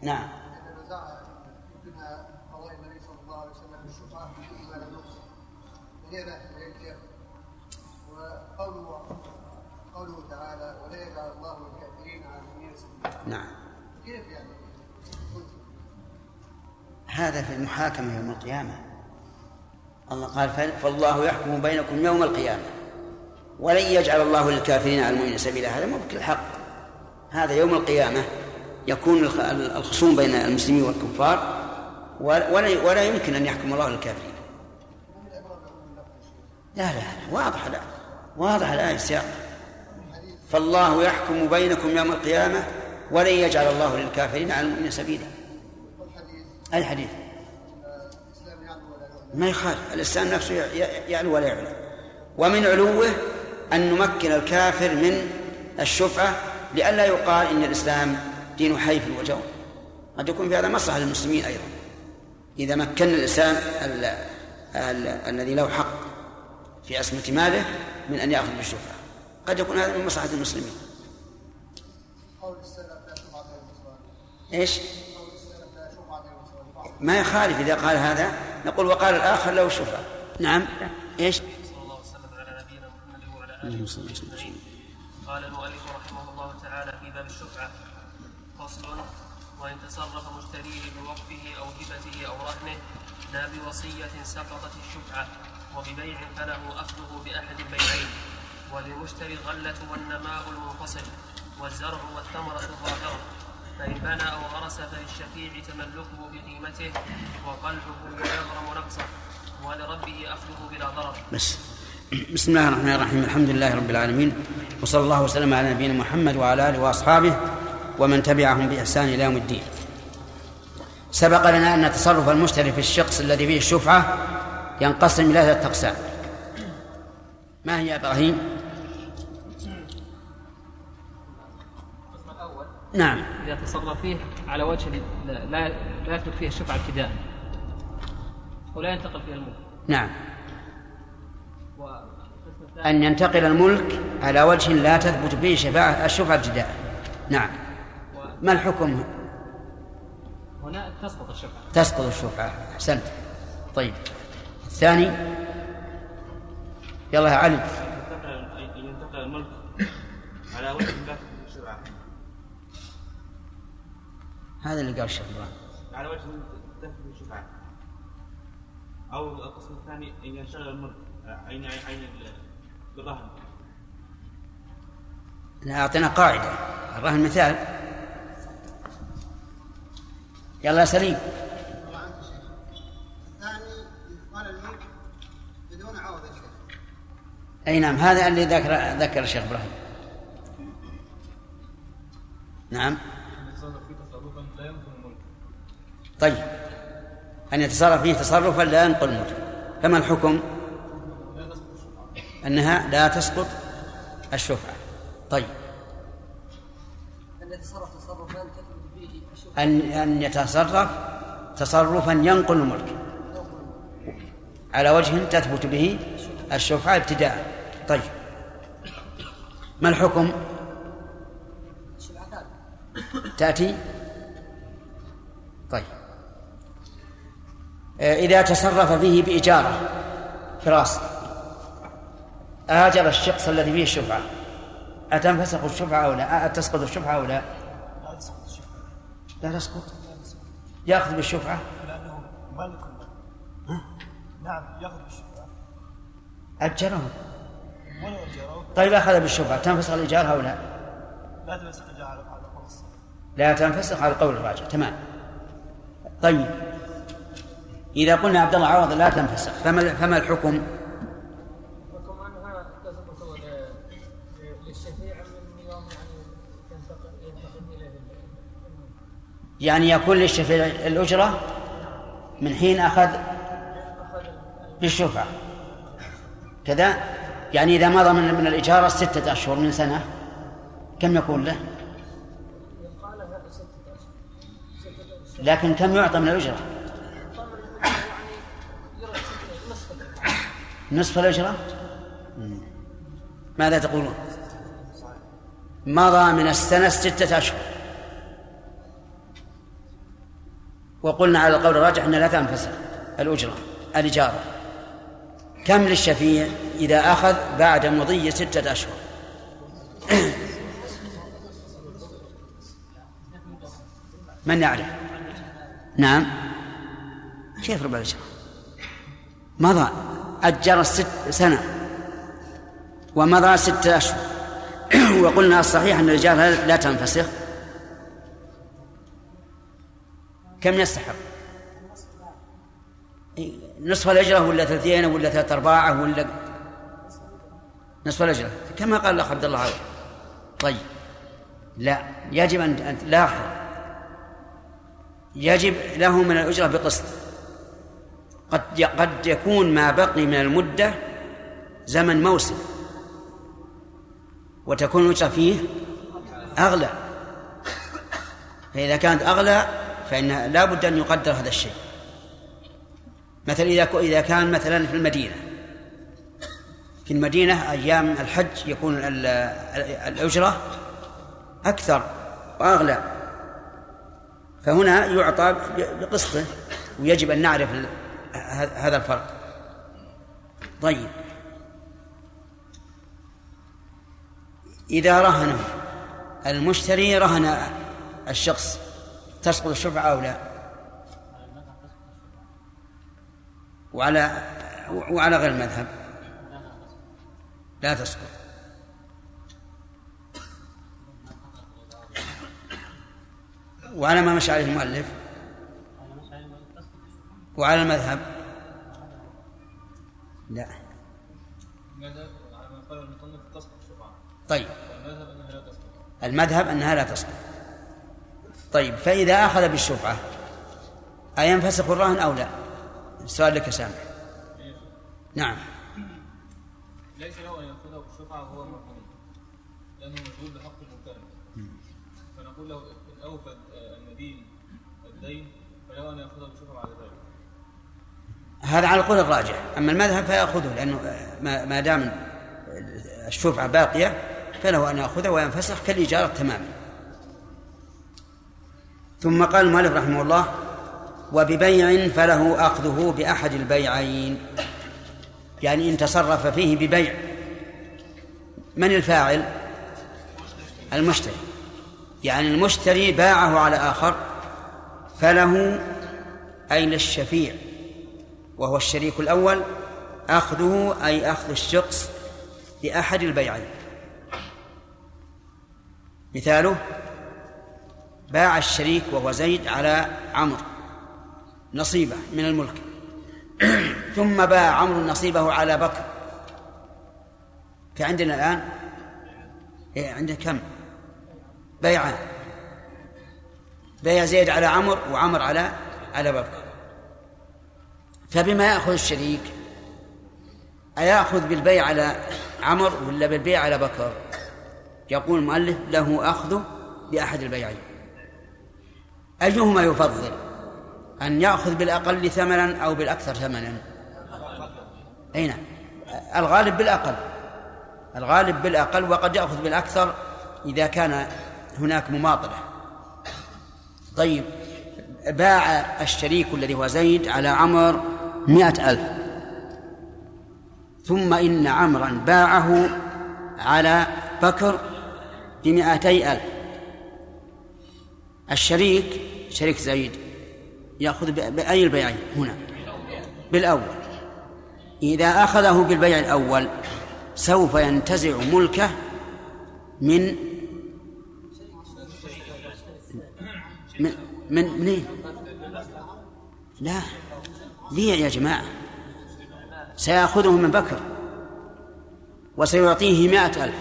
نعم. وقوله تعالى ولا يجعل الله الكافرين على المؤمنين سبيلا. نعم. كيف يعني؟ هذا في المحاكمة يوم القيامة. الله قال فالله يحكم بينكم يوم القيامة ولن يجعل الله للكافرين على المؤمنين سبيلا. هذا مو بكل حق. هذا يوم القيامة يكون الخصوم بين المسلمين والكفار ولا يمكن أن يحكم الله للكافرين. لا واضح الآية السياق. فالله يحكم بينكم يوم القيامة ولن يجعل الله للكافرين على المؤمنين سبيلا. أي حديث؟ ما يخالف. الإسلام نفسه يعلو ولا يعلى. ومن علوه أن نمكن الكافر من الشفعة لئلا يقال إن الإسلام دين حيف وجور. قد يكون في هذا مصلحة للمسلمين أيضا إذا مكن الإنسان الذي له حق في عصمة ماله من أن يأخذ بالشفعة. قد يكون هذا من مصلحة المسلمين. إيش؟ ما يخالف إذا قال هذا نقول وقال الآخر له الشفعة. نعم. إيش؟ صلى الله وسلم على نبينا محمد وعلى آله وصحبه أجمعين. قال المؤلف رحمه الله تعالى في باب الشفعة: فصل: وإن تصرف مشتريه بوقفه أو هبته أو رهنه لا بوصية سقطت الشفعة، وببيع فله أخذه بأحد البيعين، وللمشتري الغلة والنماء المنفصل والزرع والثمرة الظاهرة، فإن بنى أو غرس فللشفيع تملكه بقيمته وقلبه يغرم نقصه، ولربه أخذه بلا ضرر. بسم الله الرحمن الرحيم. الحمد لله رب العالمين، وصلى الله وسلم على نبينا محمد وعلى آله وأصحابه ومن تبعهم بإحسان إلى يوم الدين. سبق لنا أن تصرف المشتري في الشخص الذي فيه الشفعة ينقسم إلى 3 أقسام. ما هي يا إبراهيم؟ القسم الأول: نعم، إذا تصرف فيه على وجه لا يثبت فيه الشفعة ابتداء ولا ينتقل فيه الملك. نعم. أن ينتقل الملك على وجه لا تثبت به الشفعة ابتداء. نعم. ما الحكم؟ هنا تسقط الشفعة. تسقط الشفعة. أحسنت. طيب، الثاني يلا يا علي. ينتقل الملك على وجه لا تثبت الشفعة. هذا اللي قال الشيخ إبراهيم. على وجه تثبت الشفعة. أو القسم الثاني أن ينشغل الملك عين بالرهن. أعطينا قاعدة. الرهن مثال. يلا يا سليم. الثاني يقال الملك بدون عوض يا شيخ. أي نعم، هذا اللي ذكر الشيخ إبراهيم. نعم. طيب، أن يتصرف فيه تصرفا لا ينقل الملك. فما الحكم؟ أنها لا تسقط الشفعة. طيب، أن يتصرف تصرفا ينقل الملك على وجه تثبت به الشفعة ابتداء. طيب، ما الحكم؟ تأتي. طيب، إذا تصرف فيه بإجارة فراس، آجر الشخص الذي فيه الشفعة، أتنفسخ الشفعة أو لا؟ تسقط الشفعة أو لا؟ لا تسقط. يأخذ بالشفعة لأنه مالك. نعم، يأخذ بالشفعة. أجره. طيب، أخذ بالشفعة، تنفسخ الإجارة أو لا؟ لا تنفسخ الإجارة على القول الصحيح. لا تنفسخ على القول الراجح. تمام. طيب، إذا قلنا عبد الله عوض لا تنفسخ فما الحكم؟ يعني يكون للشفيع الأجرة من حين أخذ بالشفعة كذا. يعني إذا مضى من الإجارة 6 أشهر من سنة كم يكون له؟ لكن كم يعطى من الأجرة؟ نصف الأجرة. ماذا تقولون؟ مضى من السنة 6 أشهر وقلنا على القول الراجح أنها لا تنفسخ الإجارة. كم للشفيع إذا أخذ بعد مضي 6 أشهر؟ من يعرف؟ نعم. كيف ربع الإجارة؟ مضى أجر 6 سنة ومضى 6 أشهر. وقلنا الصحيح أن الإجارة لا تنفسخ. كم يستحق؟ نصف الأجرة ولا 2 ولا 3/4 ولا نصف الأجرة كما قال الأخ عبد الله عوض؟ طيب لا، يجب أن تلاحظ، يجب له من الأجرة بقسط. قد يكون ما بقي من المدة زمن موسم وتكون الأجرة فيه أغلى، فإذا كانت أغلى فإن لا بد أن يقدر هذا الشيء. مثلا إذا كان مثلا في المدينة أيام الحج يكون الأجرة أكثر وأغلى، فهنا يعطى بقسطه، ويجب أن نعرف هذا الفرق. طيب إذا رهن المشتري رهن الشخص تسقط الشفعة أو لا؟ وعلى غير المذهب لا تسقط. وعلى ما مشى عليه المؤلف وعلى المذهب لا. طيب المذهب أنها لا تسقط. طيب فإذا أخذ بالشفعة أينفسخ الرهن أو لا؟ السؤال لك سامح. نعم. ليس له أن يأخذه بالشفعة وهو مرهون لأنه مشغول بحق المكلف، فنقول له إن أوفد المدين الدين فله أن يأخذه بالشفعة بعد ذلك. هذا على القول الراجح. أما المذهب فيأخذه، لأنه ما دام الشفعة باقية فله أن يأخذه وينفسخ كالإجارة تماما. ثم قال المؤلف رحمه الله: وببيع فله أخذه بأحد البيعين، يعني إن تصرف فيه ببيع. من الفاعل؟ المشتري، يعني المشتري باعه على آخر، فله أي للشفيع وهو الشريك الأول أخذه، أي أخذ الشخص بأحد البيعين. مثاله: باع الشريك وهو زيد على عمرو نصيبه من الملك، ثم باع عمرو نصيبه على بكر، فعندنا الآن عندنا كم؟ بيعان: بيع زيد على عمرو وعمر على بكر. فبما يأخذ الشريك؟ أيأخذ بالبيع على عمرو ولا بالبيع على بكر؟ يقول المؤلف: له أخذه بأحد البيعين. أيهما يفضل، أن يأخذ بالأقل ثمنا أو بالأكثر ثمنا؟ أين؟ الغالب بالأقل، الغالب بالأقل، وقد يأخذ بالأكثر إذا كان هناك مماطلة. طيب، باع الشريك الذي هو زيد على عمر 100,000، ثم إن عمرا باعه على بكر ب200,000. الشريك شريك زيد يأخذ بأي البيعين هنا؟ بالأول. إذا أخذه بالبيع الأول سوف ينتزع ملكه من منين؟ لا، بيع يا جماعة، سيأخذه من بكر وسيعطيه 100,000.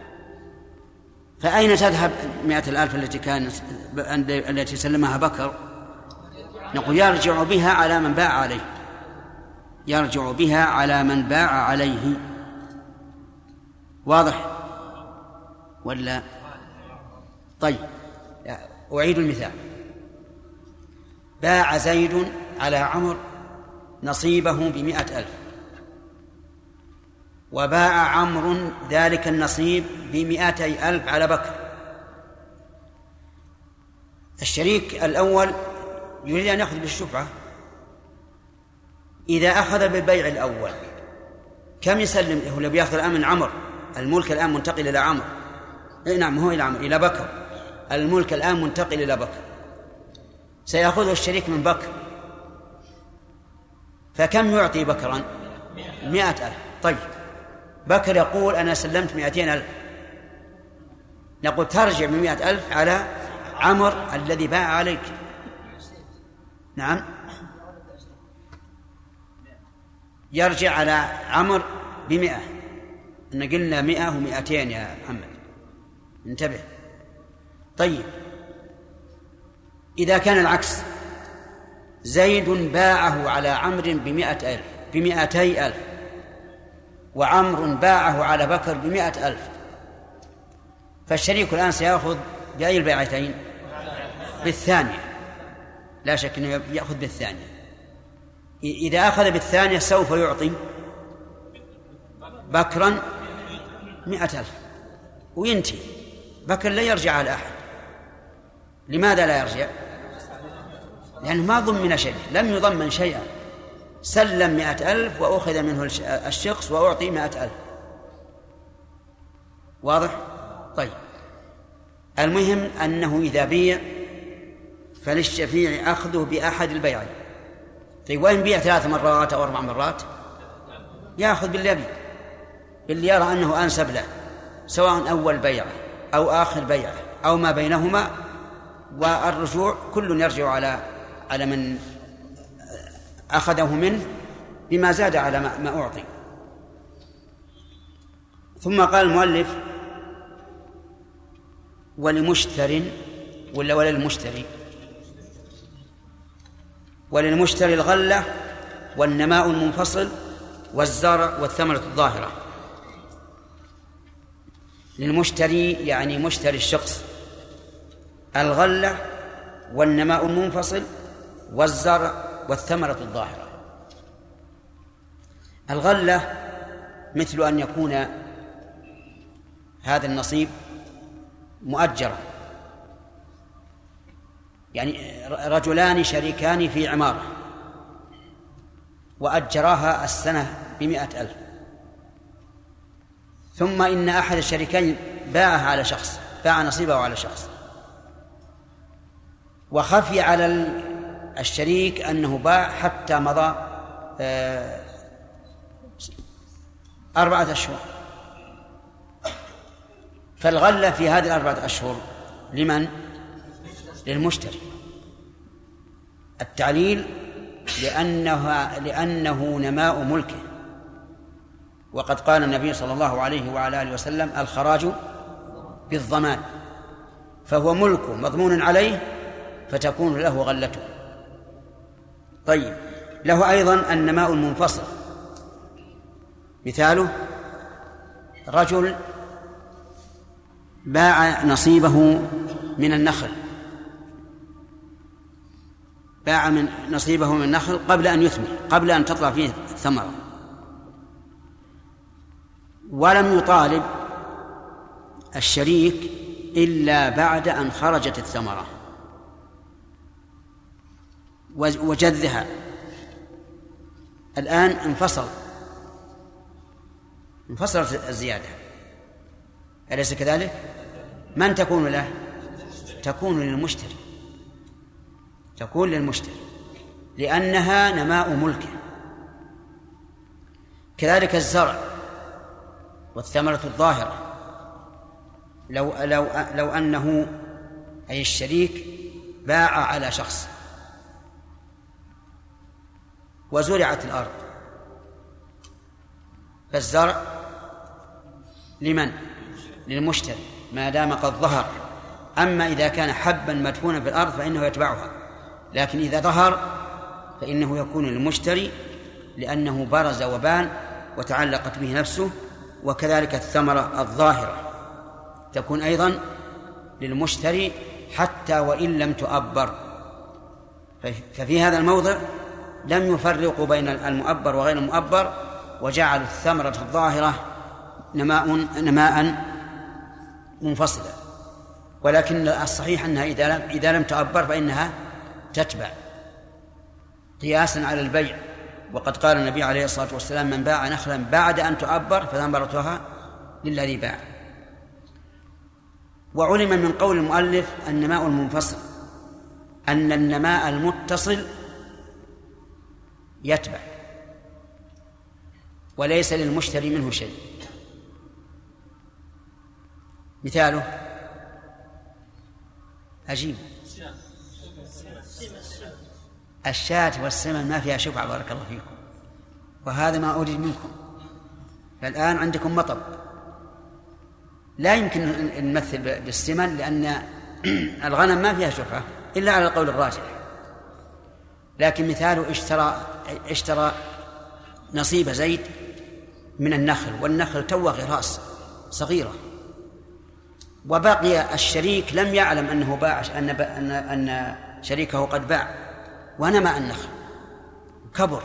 فأين تذهب 100,000 التي سلمها بكر؟ نقول يرجع بها على من باع عليه، يرجع بها على من باع عليه. واضح ولا؟ طيب، أعيد المثال: باع زيد على عمر نصيبه ب100,000، وباع عمرو ذلك النصيب ب200,000 على بكر. الشريك الأول يريد أن يأخذ بالشفعة. إذا أخذ بالبيع الأول كم يسلم؟ هو اللي بيأخذ الآن من عمر، الملك الآن منتقل إلى عمر. نعم، هو إلى عمر، إلى بكر. الملك الآن منتقل إلى بكر، سيأخذه الشريك من بكر، فكم يعطي بكرا؟ 100,000. طيب بكر يقول أنا سلمت 200,000، نقول ترجع من 100,000 على عمر الذي باع عليك. نعم، يرجع على عمر ب100. إن قلنا 100 و200 يا محمد، انتبه. طيب إذا كان العكس، زيد باعه على عمرو ب200,000 وعمر باعه على بكر ب100,000، فالشريك الآن سيأخذ بأي البيعتين؟ بالثانية، لا شك أنه يأخذ بالثانية. إذا أخذ بالثانية سوف يعطي بكرا 100,000 وينتهي. بكر لا يرجع على أحد. لماذا لا يرجع؟ لأنه ما ضمن شيء، لم يضمن شيئا. سلم 100,000 وأخذ منه الشخص وأعطي 100,000. واضح؟ طيب المهم أنه إذا بيع فللشفيع أخذه بأحد البيعين. طيب وإن بيع 3 مرات أو 4 مرات يأخذ باللي يرى أنه أنسب له، سواء أول بيعة أو آخر بيعة أو ما بينهما، والرجوع كل يرجع على من أخذه منه بما زاد على ما أعطي. ثم قال المؤلف ولمشتر ولا وللمشتري، وللمشتري الغلة والنماء المنفصل والزرع والثمرة الظاهرة. للمشتري يعني مشتري الشخص الغلة والنماء المنفصل والزرع والثمرة الظاهرة. الغلة مثل أن يكون هذا النصيب مؤجرا، يعني رجلان شريكان في عمارة وأجراها السنة ب100,000، ثم إن أحد الشريكين باعها على شخص، باع نصيبه على شخص، وخفي على الشريك أنه باع حتى مضى 4 أشهر. فالغلة في هذه 4 أشهر لمن؟ للمشتري. التعليل لأنه نماء ملكه، وقد قال النبي صلى الله عليه وعلى آله وسلم الخراج بالضمان، فهو ملكه مضمون عليه فتكون له غلته. طيب له أيضا النماء المنفصل، مثاله رجل باع نصيبه من النخل، باع من نصيبه من النخل قبل أن يثمر، قبل أن تطلع فيه الثمرة، ولم يطالب الشريك إلا بعد أن خرجت الثمرة وجذها. الآن انفصلت الزيادة، أليس كذلك؟ من تكون له؟ تكون للمشتري، تكون للمشتري لأنها نماء ملكه. كذلك الزرع والثمرة الظاهرة، لو أنه أي الشريك باع على شخص وزرعت الأرض، فالزرع لمن؟ للمشتري ما دام قد ظهر. أما إذا كان حبا مدفونا في الأرض فإنه يتبعها، لكن إذا ظهر فإنه يكون للمشتري لأنه برز وبان وتعلقت به نفسه. وكذلك الثمرة الظاهرة تكون أيضا للمشتري حتى وإن لم تؤبر. ففي هذا الموضع لم يفرقوا بين المؤبر وغير المؤبر، وجعلوا الثمرة الظاهرة نماء منفصلا. ولكن الصحيح أنها إذا لم تؤبر فإنها تتبع قياسا على البيع، وقد قال النبي عليه الصلاة والسلام: من باع نخلا بعد أن تعبر فثمرتها للذي باع. وعلم من قول المؤلف النماء المنفصل أن النماء المتصل يتبع وليس للمشتري منه شيء. مثاله عجيب، الشاة والسمن ما فيها شفعة بارك الله فيكم، وهذا ما أريد منكم. فالآن عندكم مطب، لا يمكن أن نمثل بالسمن لأن الغنم ما فيها شفعة إلا على القول الراجح. لكن مثاله اشترى نصيب زيت من النخل، والنخل توه غراس صغيرة، وبقي الشريك لم يعلم أنه باع، أن شريكه قد باع، ونمى النخل كبر.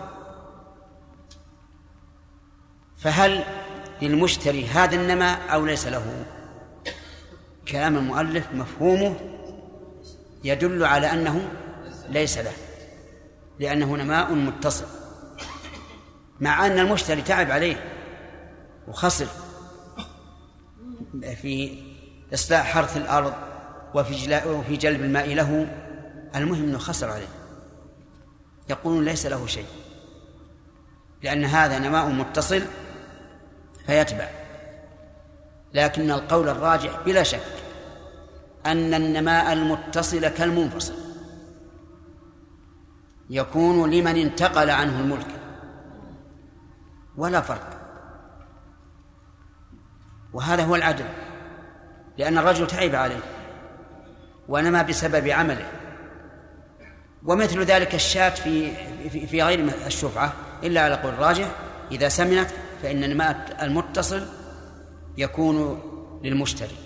فهل للمشتري هذا النماء أو ليس له؟ كلام المؤلف مفهومه يدل على أنه ليس له، لأنه نماء متصل، مع أن المشتري تعب عليه وخسر في إصلاح حرث الأرض وفي جلب الماء له، المهم أنه خسر عليه. يقولون ليس له شيء، لأن هذا نماء متصل فيتبع. لكن القول الراجح بلا شك أن النماء المتصل كالمنفصل يكون لمن انتقل عنه الملك ولا فرق، وهذا هو العدل، لأن الرجل تعب عليه ونمى بسبب عمله. ومثل ذلك الشاة في غير الشفعة إلا على قول الراجح إذا سمنت فإن النماء المتصل يكون للمشتري.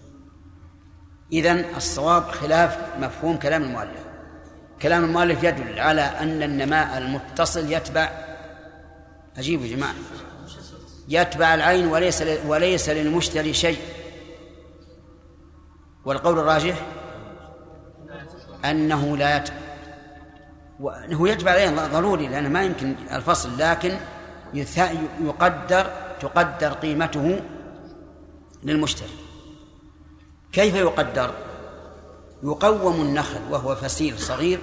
إذن الصواب خلاف مفهوم كلام المؤلف. كلام المؤلف يدل على أن النماء المتصل يتبع، عجيب يا جماعة، يتبع العين وليس للمشتري شيء. والقول الراجح أنه لا يتبع، وأنه يتبع العين ضروري لأنه ما يمكن الفصل، لكن تقدر قيمته للمشتري. كيف يقدر؟ يقوم النخل وهو فسيل صغير،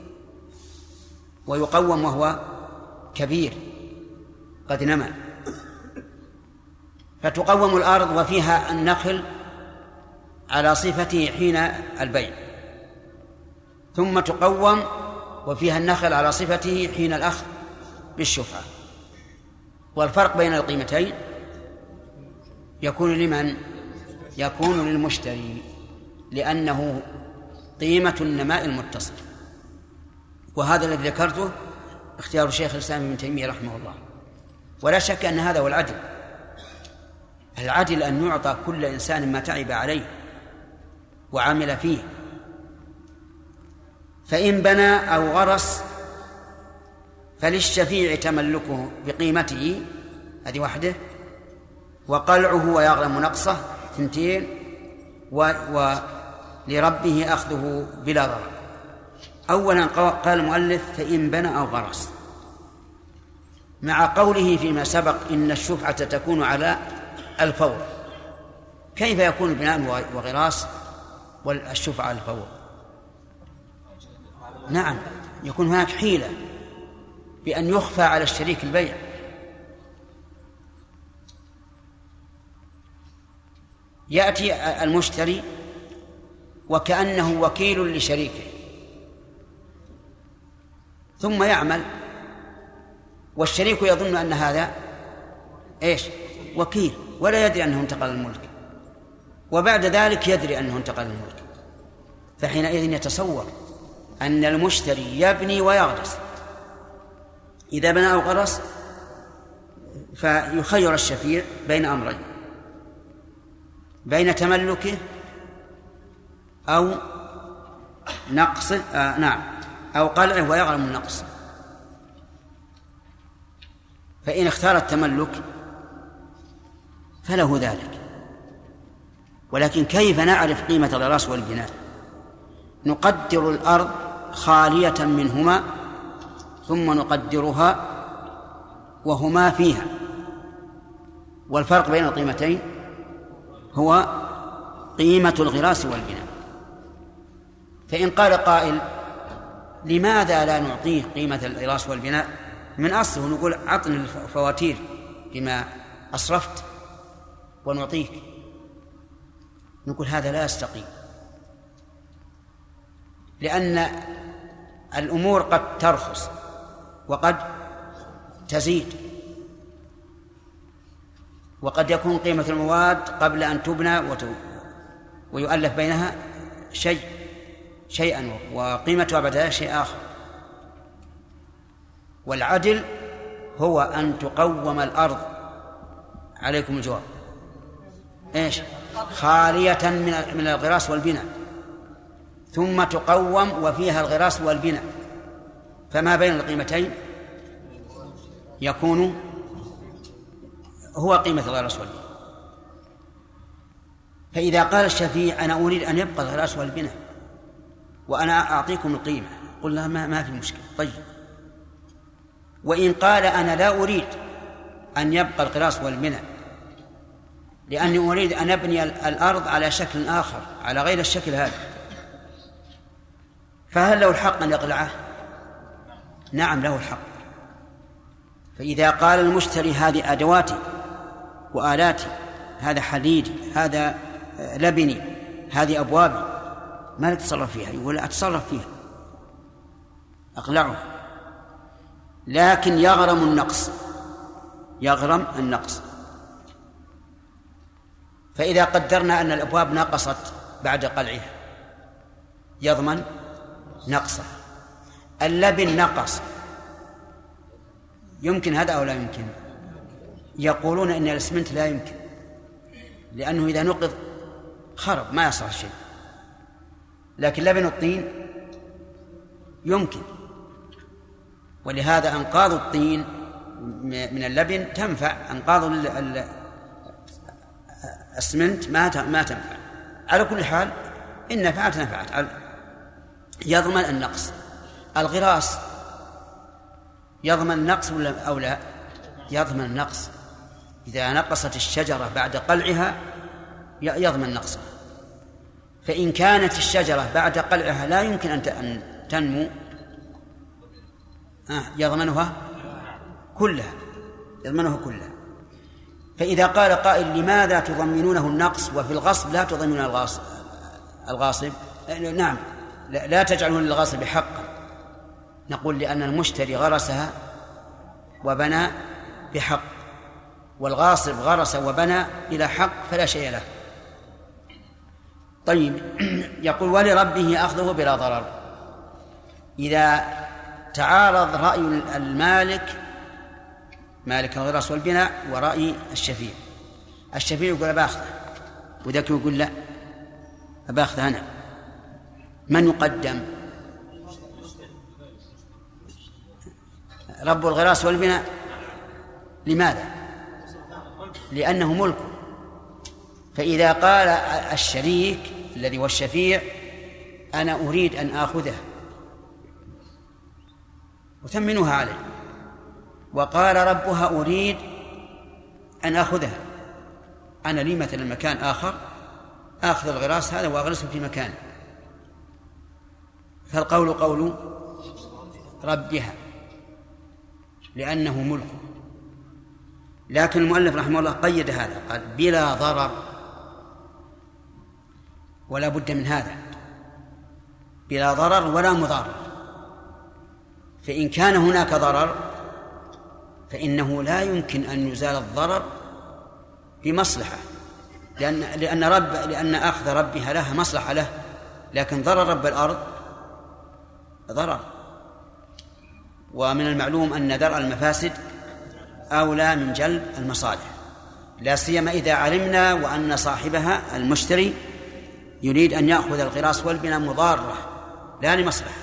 ويقوم وهو كبير قد نمى، فتقوم الأرض وفيها النخل على صفته حين البيع، ثم تقوم وفيها النخل على صفته حين الأخذ بالشفعة. والفرق بين القيمتين يكون لمن؟ يكون للمشتري، لأنه قيمة النماء المتصل. وهذا الذي ذكرته اختيار شيخ الإسلام ابن تيمية رحمه الله. ولا شك أن هذا هو العدل. العدل أن يعطى كل إنسان ما تعب عليه وعمل فيه. فإن بنى أو غرس فللشفيع تملكه بقيمته، هذه واحدة، وقلعه ويغرم نقصه 2، ولربه أخذه بلا ضرر. أولا قال المؤلف فإن بنى أو غرس، مع قوله فيما سبق إن الشفعة تكون على الفور. كيف يكون البناء وغراس والشفعة على الفور؟ نعم، يكون هناك حيلة بأن يخفى على الشريك البيع. يأتي المشتري وكأنه وكيل لشريكه، ثم يعمل، والشريك يظن أن هذا وكيل، ولا يدري أنه انتقل الملك، وبعد ذلك يدري أنه انتقل الملك. فحينئذ يتصور أن المشتري يبني ويغرس. إذا بنى أو غرس فيخير الشفيع بين أمرين: بين تملكه أو نقص أو قلعه ويغرم النقص. فإن اختار التملك فله ذلك. ولكن كيف نعرف قيمة الغراس والبناء؟ نقدر الأرض خالية منهما ثم نقدرها وهما فيها. والفرق بين القيمتين هو قيمة الغراس والبناء. فإن قال قائل لماذا لا نعطيه قيمة الغراس والبناء من أصله، نقول عطنا الفواتير بما أصرفت ونعطيك، نقول هذا لا يستقيم، لأن الأمور قد ترخص وقد تزيد، وقد يكون قيمة المواد قبل أن تبنى ويؤلف بينها شيئا وقيمتها بعدها شيء آخر. والعدل هو أن تقوم الأرض، عليكم الجواب، إيش؟ خالية من الغراس والبناء، ثم تقوم وفيها الغراس والبناء، فما بين القيمتين يكون هو قيمة الغراس والبناء. فإذا قال الشفيع أنا أريد أن يبقى الغراس والبناء وأنا أعطيكم القيمة، قلنا ما في مشكلة، طيب. وإن قال أنا لا أريد أن يبقى الغراس والبناء لأني أريد أن أبني الأرض على شكل آخر على غير الشكل هذا، فهل له الحق أن يقلعه؟ نعم له الحق. فإذا قال المشتري هذه أدواتي وآلاتي، هذا حديدي، هذا لبني، هذه أبوابي، ما نتصرف فيها، يقول أتصرف فيها أقلعه، لكن يغرم النقص. فإذا قدرنا أن الأبواب نقصت بعد قلعها يضمن نقصه. اللبن نقص، يمكن هذا أو لا يمكن؟ يقولون إن الإسمنت لا يمكن، لأنه إذا نقض خرب ما يصلح شيء، لكن لبن الطين يمكن، ولهذا أنقاض الطين من اللبن تنفع، أنقاض الإسمنت ما تنفع. على كل حال إن نفعت نفعت، يضمن النقص. الغراس يضمن النقص أو لا؟ يضمن النقص. إذا نقصت الشجرة بعد قلعها يضمن نقصها. فإن كانت الشجرة بعد قلعها لا يمكن أن تنمو يضمنها كلها. فإذا قال قائل لماذا تضمنونه النقص وفي الغصب لا تضمنون الغاصب؟ نعم، لا تجعلون للغاصب حقا. نقول لأن المشتري غرسها وبنى بحق، والغاصب غرس وبنى بلا حق فلا شيء له. طيب، يقول ولربه أخذه بلا ضرر. إذا تعارض رأي المالك مالك الغراس والبناء ورأي الشفيع يقول أباخذه، وذاك يقول لا أباخذه أنا، من يقدم؟ رب الغراس والبناء. لماذا؟ لأنه ملكه. فإذا قال الشريك الذي هو الشفيع أنا أريد أن آخذه وثمنوها عليه، وقال ربها أريد أن آخذها، أنا لي مثلا مكان آخر آخذ الغراس هذا وأغرسه في مكانه، فالقول قول ربها لأنه ملكه. لكن المؤلف رحمه الله قيد هذا، قال بلا ضرر، ولا بد من هذا، بلا ضرر ولا مضار. فإن كان هناك ضرر فإنه لا يمكن أن يزال الضرر بمصلحة، لأن أخذ ربها لها مصلحة له، لكن ضرر رب الأرض ضرر. ومن المعلوم أن درء المفاسد أولى من جلب المصالح، لا سيما إذا علمنا وأن صاحبها المشتري يريد أن يأخذ الغراس والبناء مضارة لا لمصلحة،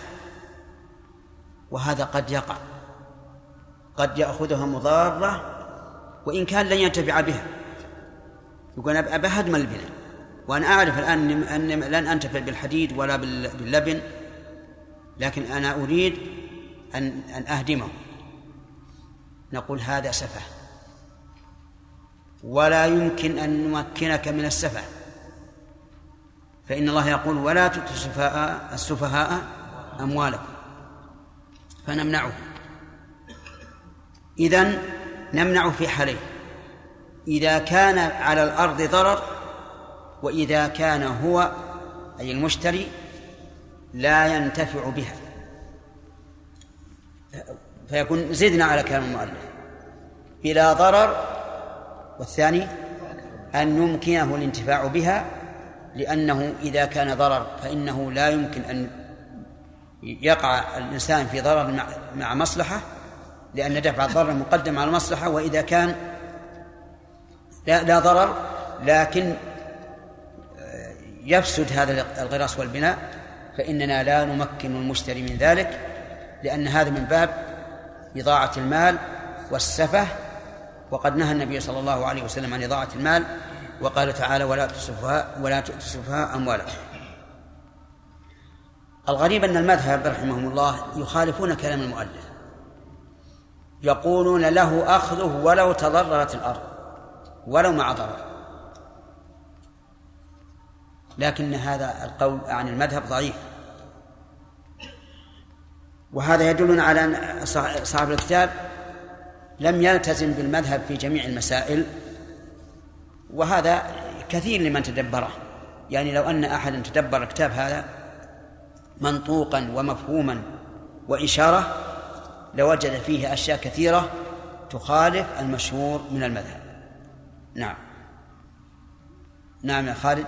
وهذا قد يقع، قد يأخذها مضارة وإن كان لن ينتفع بها، يقول أبا هدم البناء وأنا أعرف الآن أن لن أنتفع بالحديد ولا باللبن، لكن أنا أريد أن أهدمه، نقول هذا سفه، ولا يمكن أن نمكنك من السفه، فإن الله يقول ولا تؤتوا السفهاء أموالكم، فنمنعه. إذن نمنعه في حالين: إذا كان على الأرض ضرر، وإذا كان هو أي المشتري لا ينتفع بها، فيكون زدنا على كلام المؤلف بلا ضرر، والثاني أن يمكنه الانتفاع بها، لأنه إذا كان ضرر فإنه لا يمكن أن يقع الإنسان في ضرر مع مصلحة، لأن دفع الضرر مقدم على المصلحة. وإذا كان لا ضرر لكن يفسد هذا الغراس والبناء، فإننا لا نمكن المشتري من ذلك، لأن هذا من باب إضاعة المال والسفه، وقد نهى النبي صلى الله عليه وسلم عن إضاعة المال، وقال تعالى ولا تؤتوا السفهاء أموالكم. الغريب أن المذهب رحمهم الله يخالفون كلام المؤلف، يقولون له أخذه ولو تضررت الأرض ولو مع ضرر، لكن هذا القول عن المذهب ضعيف. وهذا يدلنا على أن صاحب الكتاب لم يلتزم بالمذهب في جميع المسائل، وهذا كثير لمن تدبره. يعني لو أن أحد تدبر الكتاب هذا منطوقا ومفهوما وإشارة لوجد فيه أشياء كثيرة تخالف المشهور من المذهب. نعم يا خالد.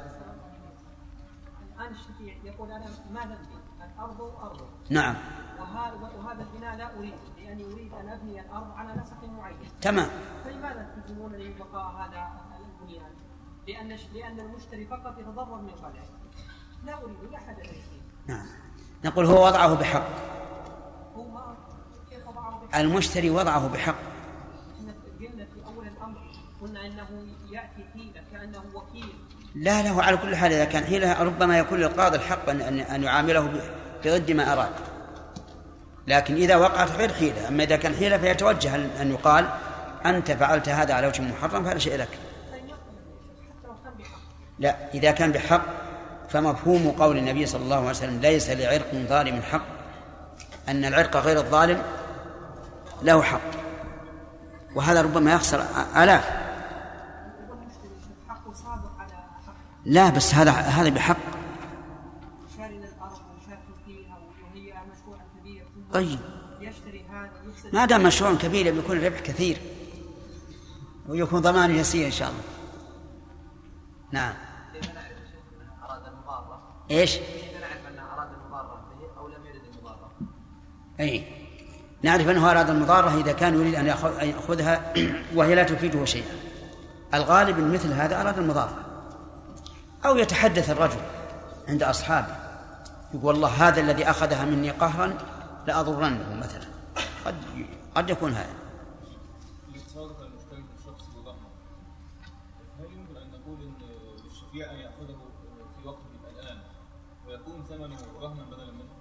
الآن الشفيع يقول أنا ما ذنبي، الأرض أرض. نعم. وهذا البناء لا أريد، لأني أريد أن أبني الأرض على نسق معين. تمام. فلماذا تلزمونني ببقاء هذا البنيان؟ لأن المشتري فقط يتضرر من قلعه، لا أريد لا حد يشتري. نعم. نقول هو وضعه بحق. هو ما كيف وضعه بحق؟ المشتري وضعه بحق. احنا قلنا في أول الأمر قلنا أنه يأتي حيلة كأنه وكيل. لا له على كل حال إذا كان حيلة ربما يكون للقاضي الحق أن يعامله بضد ما أراد، لكن إذا وقعت غير حيلة. أما إذا كان حيلة فيتوجه أن يقال أنت فعلت هذا على وجه محرم فلا شيء لك. لا، إذا كان بحق فمفهوم قول النبي صلى الله عليه وسلم ليس لعرق ظالم حق، أن العرق غير الظالم له حق، وهذا ربما يخسر آلاف. لا بس هذا بحق. طيب ما دام مشروع كبير بيكون الربح كثير ويكون ضمانه يسير إن شاء الله. نعم. أراد المضارة. إيش؟ نعرف أنه أراد المضارة به أو لم يرد المضارة. أي نعرف أنه أراد المضارة إذا كان يريد أن يأخذها وهي لا تفيده شيئا. الغالب من مثل هذا أراد المضارة، أو يتحدث الرجل عند أصحابه يقول والله هذا الذي أخذها مني قهرا لأضرنه مثلا، قد يكون هذا. يتصادق المشتري الشخص بضمنه، هل يمكن أن نقول أن للشفيع أن يأخذه في وقته الآن ويكون ثمنه رهنا بدلا منه؟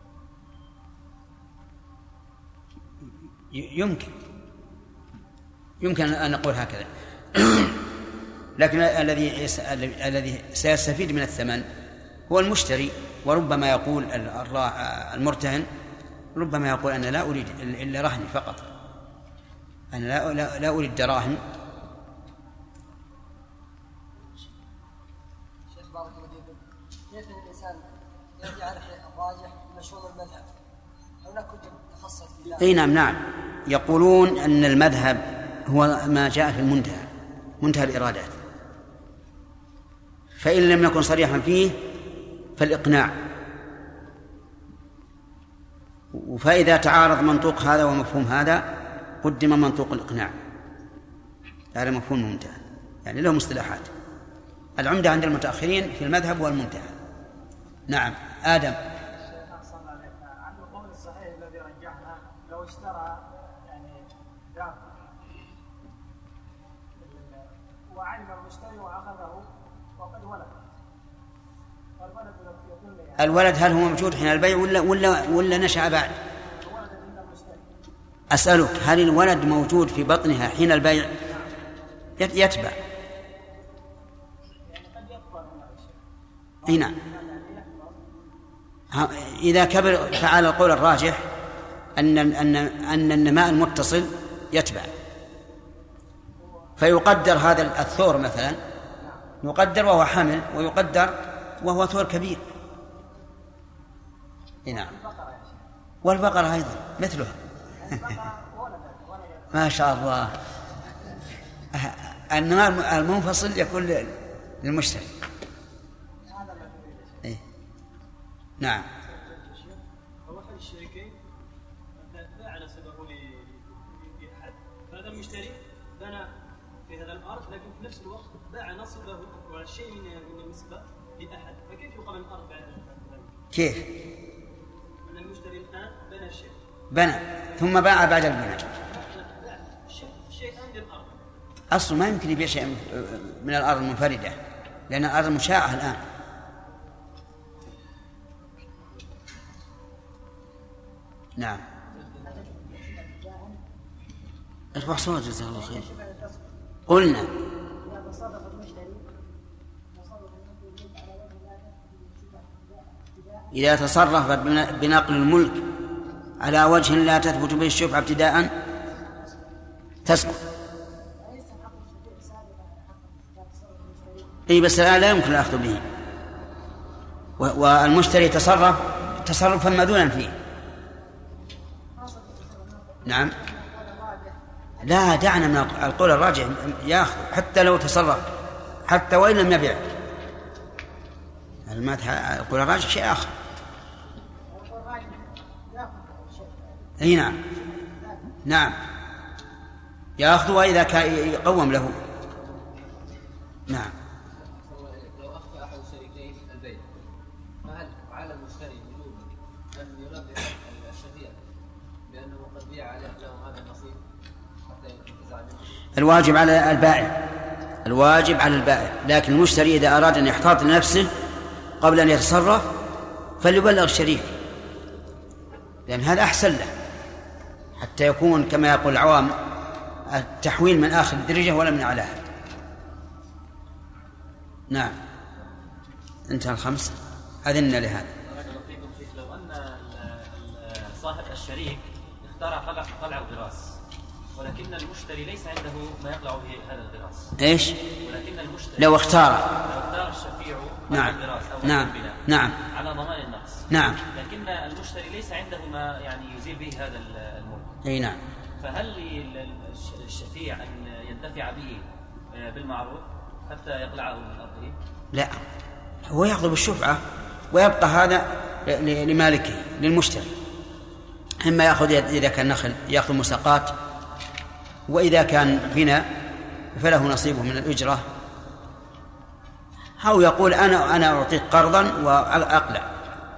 يمكن أن نقول هكذا. لكن الذي سيستفيد من الثمن هو المشتري، وربما يقول المرتهن ربما يقول أنا لا أريد إلا رهن فقط، أنا لا أريد دراهم. شيخ بارك الله فيكم، كيف الإنسان يجعل الراجح مشهور المذهب؟ هناك كتب تخصصت في ذلك. أي نعم. يقولون أن المذهب هو ما جاء في المنتهى، منتهى الإرادات، فإن لم يكن صريحا فيه فالإقناع، فإذا تعارض منطوق هذا ومفهوم هذا قدم منطوق الإقناع على مفهوم المنتهى، يعني له مصطلحات. العمدة عند المتأخرين في المذهب والمنتهى. نعم. آدم. عن القول الصحيح الذي رجحنا لو اشترى يعني دابة وعلم المشتري وأخذه وقد ولد، الولد هل هو موجود حين البيع ولا نشأ بعد؟ أسألك هل الولد موجود في بطنها حين البيع؟ يتبع. نعم. إذا كبر فعلى القول الراجح أن النماء المتصل يتبع، فيقدر هذا الثور مثلا يقدر وهو حمل، ويقدر وهو ثور كبير. نعم. والبقرة أيضا مثلها. ما شاء الله. النماء المنفصل يكون للمشتري. إيه؟ نعم. هو أحد الشريكين باع نصيبه لأحد، فهذا المشتري بنى في هذا الأرض، لكن في نفس الوقت باع نصيبه والشيء من النسبة لأحد، فكيف يقام الأرض بعد ذلك؟ كيف؟ أن المشتري الآن بنى الشيء، بنى ثم باع بعد البناء. شيئا للأرض. أصلا ما يمكن يبيع شيء من الأرض المنفردة، لأن الأرض مشاعة الآن. نعم. ارفع صوتك جزاك الله خير. قلنا إذا تصرف بنقل الملك على وجه لا تثبت به الشفعة ابتداء تسقط. أي بس الآن لا يمكن الأخذ به، والمشتري تصرفا مأذونا فيه. نعم. لا، دعنا من القول الراجح يأخذ حتى لو تصرف، حتى وإن لم يبيع. القول الراجح شيء آخر. أي نعم. نعم يأخذ وإذا كان يقوم له. نعم. لو أخطأ أحد الشريكين البيع، فهل على المشتري وجوب أن ينبه الشفيع بأنه قد بيع عليه له هذا النصيب حتى ينتزع منه؟ الواجب على البائع، الواجب على البائع، لكن المشتري إذا أراد أن يحتاط لنفسه قبل أن يتصرف فليبلغ الشريك، لأن هذا أحسن له، حتى يكون كما يقول العوام التحويل من آخر الدرجة ولا من أعلاها. نعم. انتهى الخمس. أذن لهذا. لو أن صاحب الشريك اخترع قلع الغراس، ولكن المشتري ليس عنده ما يقلع به هذا الغراس. إيش؟ ولكن المشتري لو اختار الشفيع نعم. الغراس أو نعم. البناء نعم. على ضمان النقص. نعم. لكن المشتري ليس عنده ما يعني يزيل به هذا الملك. أي نعم. فهل للشفيع أن ينتفع به بالمعروف حتى يقلعه من أرضه؟ لا، هو يأخذ بالشفعة ويبقى هذا لمالكه للمشتري. إما يأخذ إذا كان نخل يأخذ مساقات، وإذا كان بناء فله نصيبه من الأجرة، أو يقول أنا أعطيك قرضا وأقلع.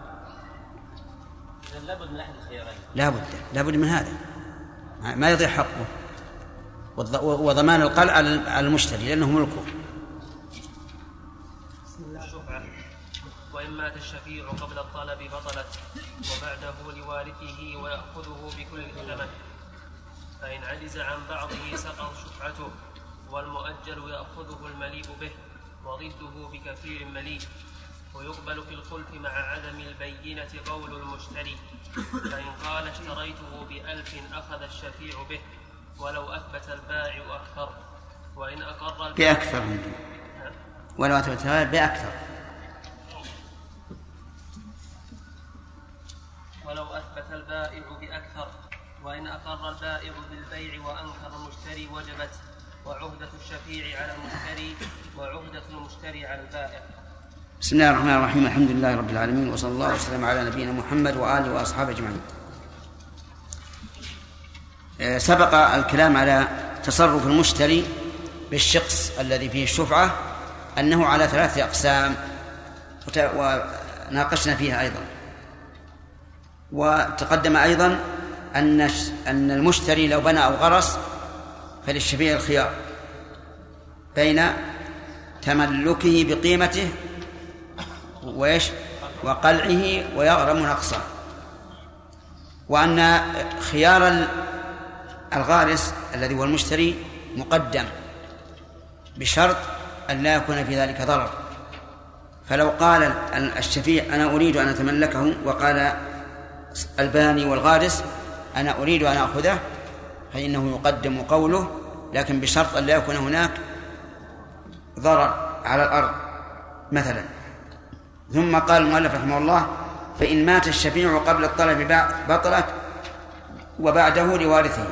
لابد من أحد الخيارين. لابد من هذا، ما يضيع حقه، وضمان القلع على المشتري لأنه ملكه. وإن مات الشفيع قبل الطلب بطلت، وبعده لوارثه ويأخذه بكل ثمن، فإن عجز عن بعضه سقط شفعته، والمؤجل يأخذه المليء به، وضده بكثير مليء. ويقبل في الخلف مع عدم البينة قول المشتري، فإن قال اشتريته ب1000 أخذ الشفيع به، ولو أثبت البائع أكثر. وإن أقر بأكثر، ولو أثبت بأكثر، ولو أثبت البائع بأكثر. وإن أقر البائع بالبيع وأنكر المشتري وجبت، وعهدة الشفيع على المشتري وعهدة المشتري على البائع. بسم الله الرحمن الرحيم. الحمد لله رب العالمين، وصلى الله وسلم على نبينا محمد وآله وأصحابه أجمعين. سبق الكلام على تصرف المشتري بالشخص الذي فيه الشفعة أنه على 3 أقسام، وناقشنا فيها أيضا. وتقدم أيضا أن المشتري لو بنى أو غرس فللشفيع الخيار بين تملكه بقيمته وقلعه ويغرم نقصه، وأن خيار الغارس الذي هو المشتري مقدم بشرط أن لا يكون في ذلك ضرر. فلو قال الشفيع أنا أريد أن أتملكه، وقال الباني والغارس أنا أريد أن أخذه، فإنه يقدم قوله، لكن بشرط أن لا يكون هناك ضرر على الأرض مثلا. ثم قال المؤلف رحمه الله: فإن مات الشفيع قبل الطلب بطلت وبعده لوارثه.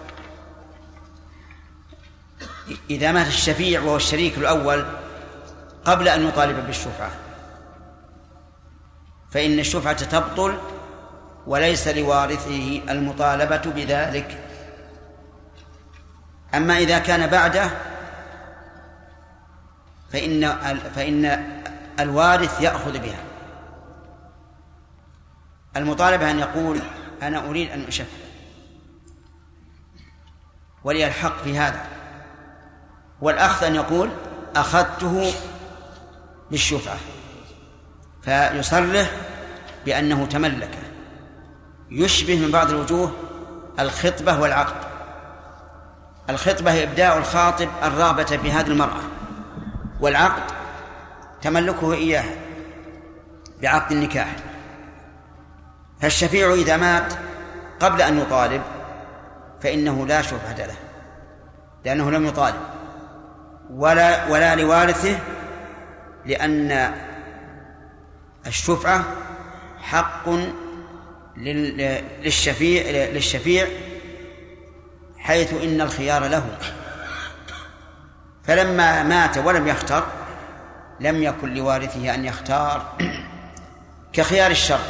إذا مات الشفيع وهو الشريك الأول قبل أن يطالب بالشفعة فإن الشفعة تبطل وليس لوارثه المطالبة بذلك. أما إذا كان بعده فإن الوارث يأخذ بها. المطالبة أن يقول أنا أريد أن أشفع ولي الحق في هذا، والأخذ أن يقول أخذته بالشفعة، فيصرح بأنه تملكه. يشبه من بعض الوجوه الخطبة والعقد. الخطبة إبداء الخاطب الرغبة في هذه المرأة، والعقد تملكه إياها بعقد النكاح. فالشفيع إذا مات قبل أن يطالب فإنه لا شفعة له، لأنه لم يطالب، ولا لوارثه، لأن الشفعة حق للشفيع حيث إن الخيار له. فلما مات ولم يختر لم يكن لوارثه أن يختار كخيار الشرط.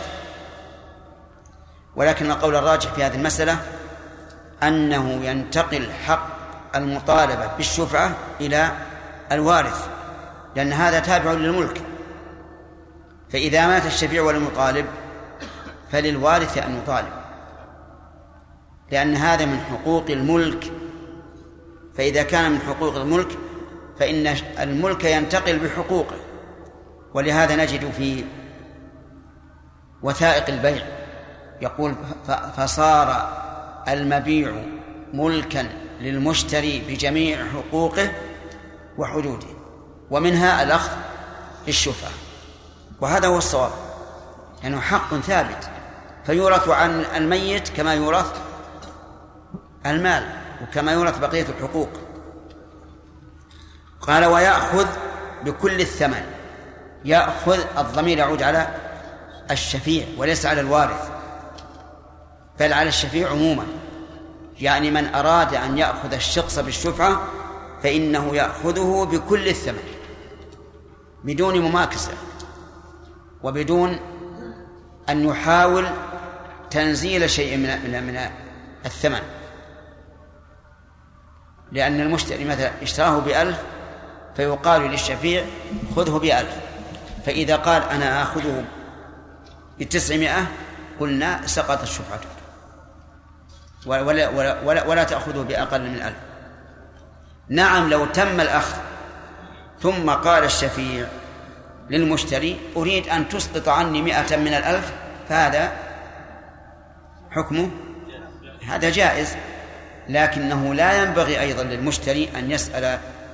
ولكن القول الراجح في هذه المسألة أنه ينتقل حق المطالبة بالشفعة إلى الوارث، لأن هذا تابع للملك. فإذا مات الشفيع ولم يطالب فللوارث أن يطالب، لأن هذا من حقوق الملك. فإذا كان من حقوق الملك فإن الملك ينتقل بحقوقه. ولهذا نجد في وثائق البيع يقول: فصار المبيع ملكا للمشتري بجميع حقوقه وحدوده، ومنها الأخذ بالشفعة. وهذا هو الصواب، لأنه يعني حق ثابت، فيورث عن الميت كما يورث المال وكما يورث بقية الحقوق. قال: ويأخذ بكل الثمن. يأخذ الضمير يعود على الشفيع وليس على الوارث، بل على الشفيع عموما، يعني من أراد أن يأخذ الشخص بالشفعة فإنه يأخذه بكل الثمن بدون مماكسة وبدون أن يحاول تنزيل شيء من الثمن. لأن المشتري مثلا اشتراه ب1000 فيقال للشفيع خذه ب1000، فإذا قال أنا آخذه ب900 قلنا سقط الشفعة ولا تأخذه بأقل من 1000. نعم، لو تم الأخذ ثم قال الشفيع للمشتري أريد أن تسقط عني 100 من 1000، فهذا حكمه هذا جائز. لكنه لا ينبغي أيضا للمشتري أن يسأل،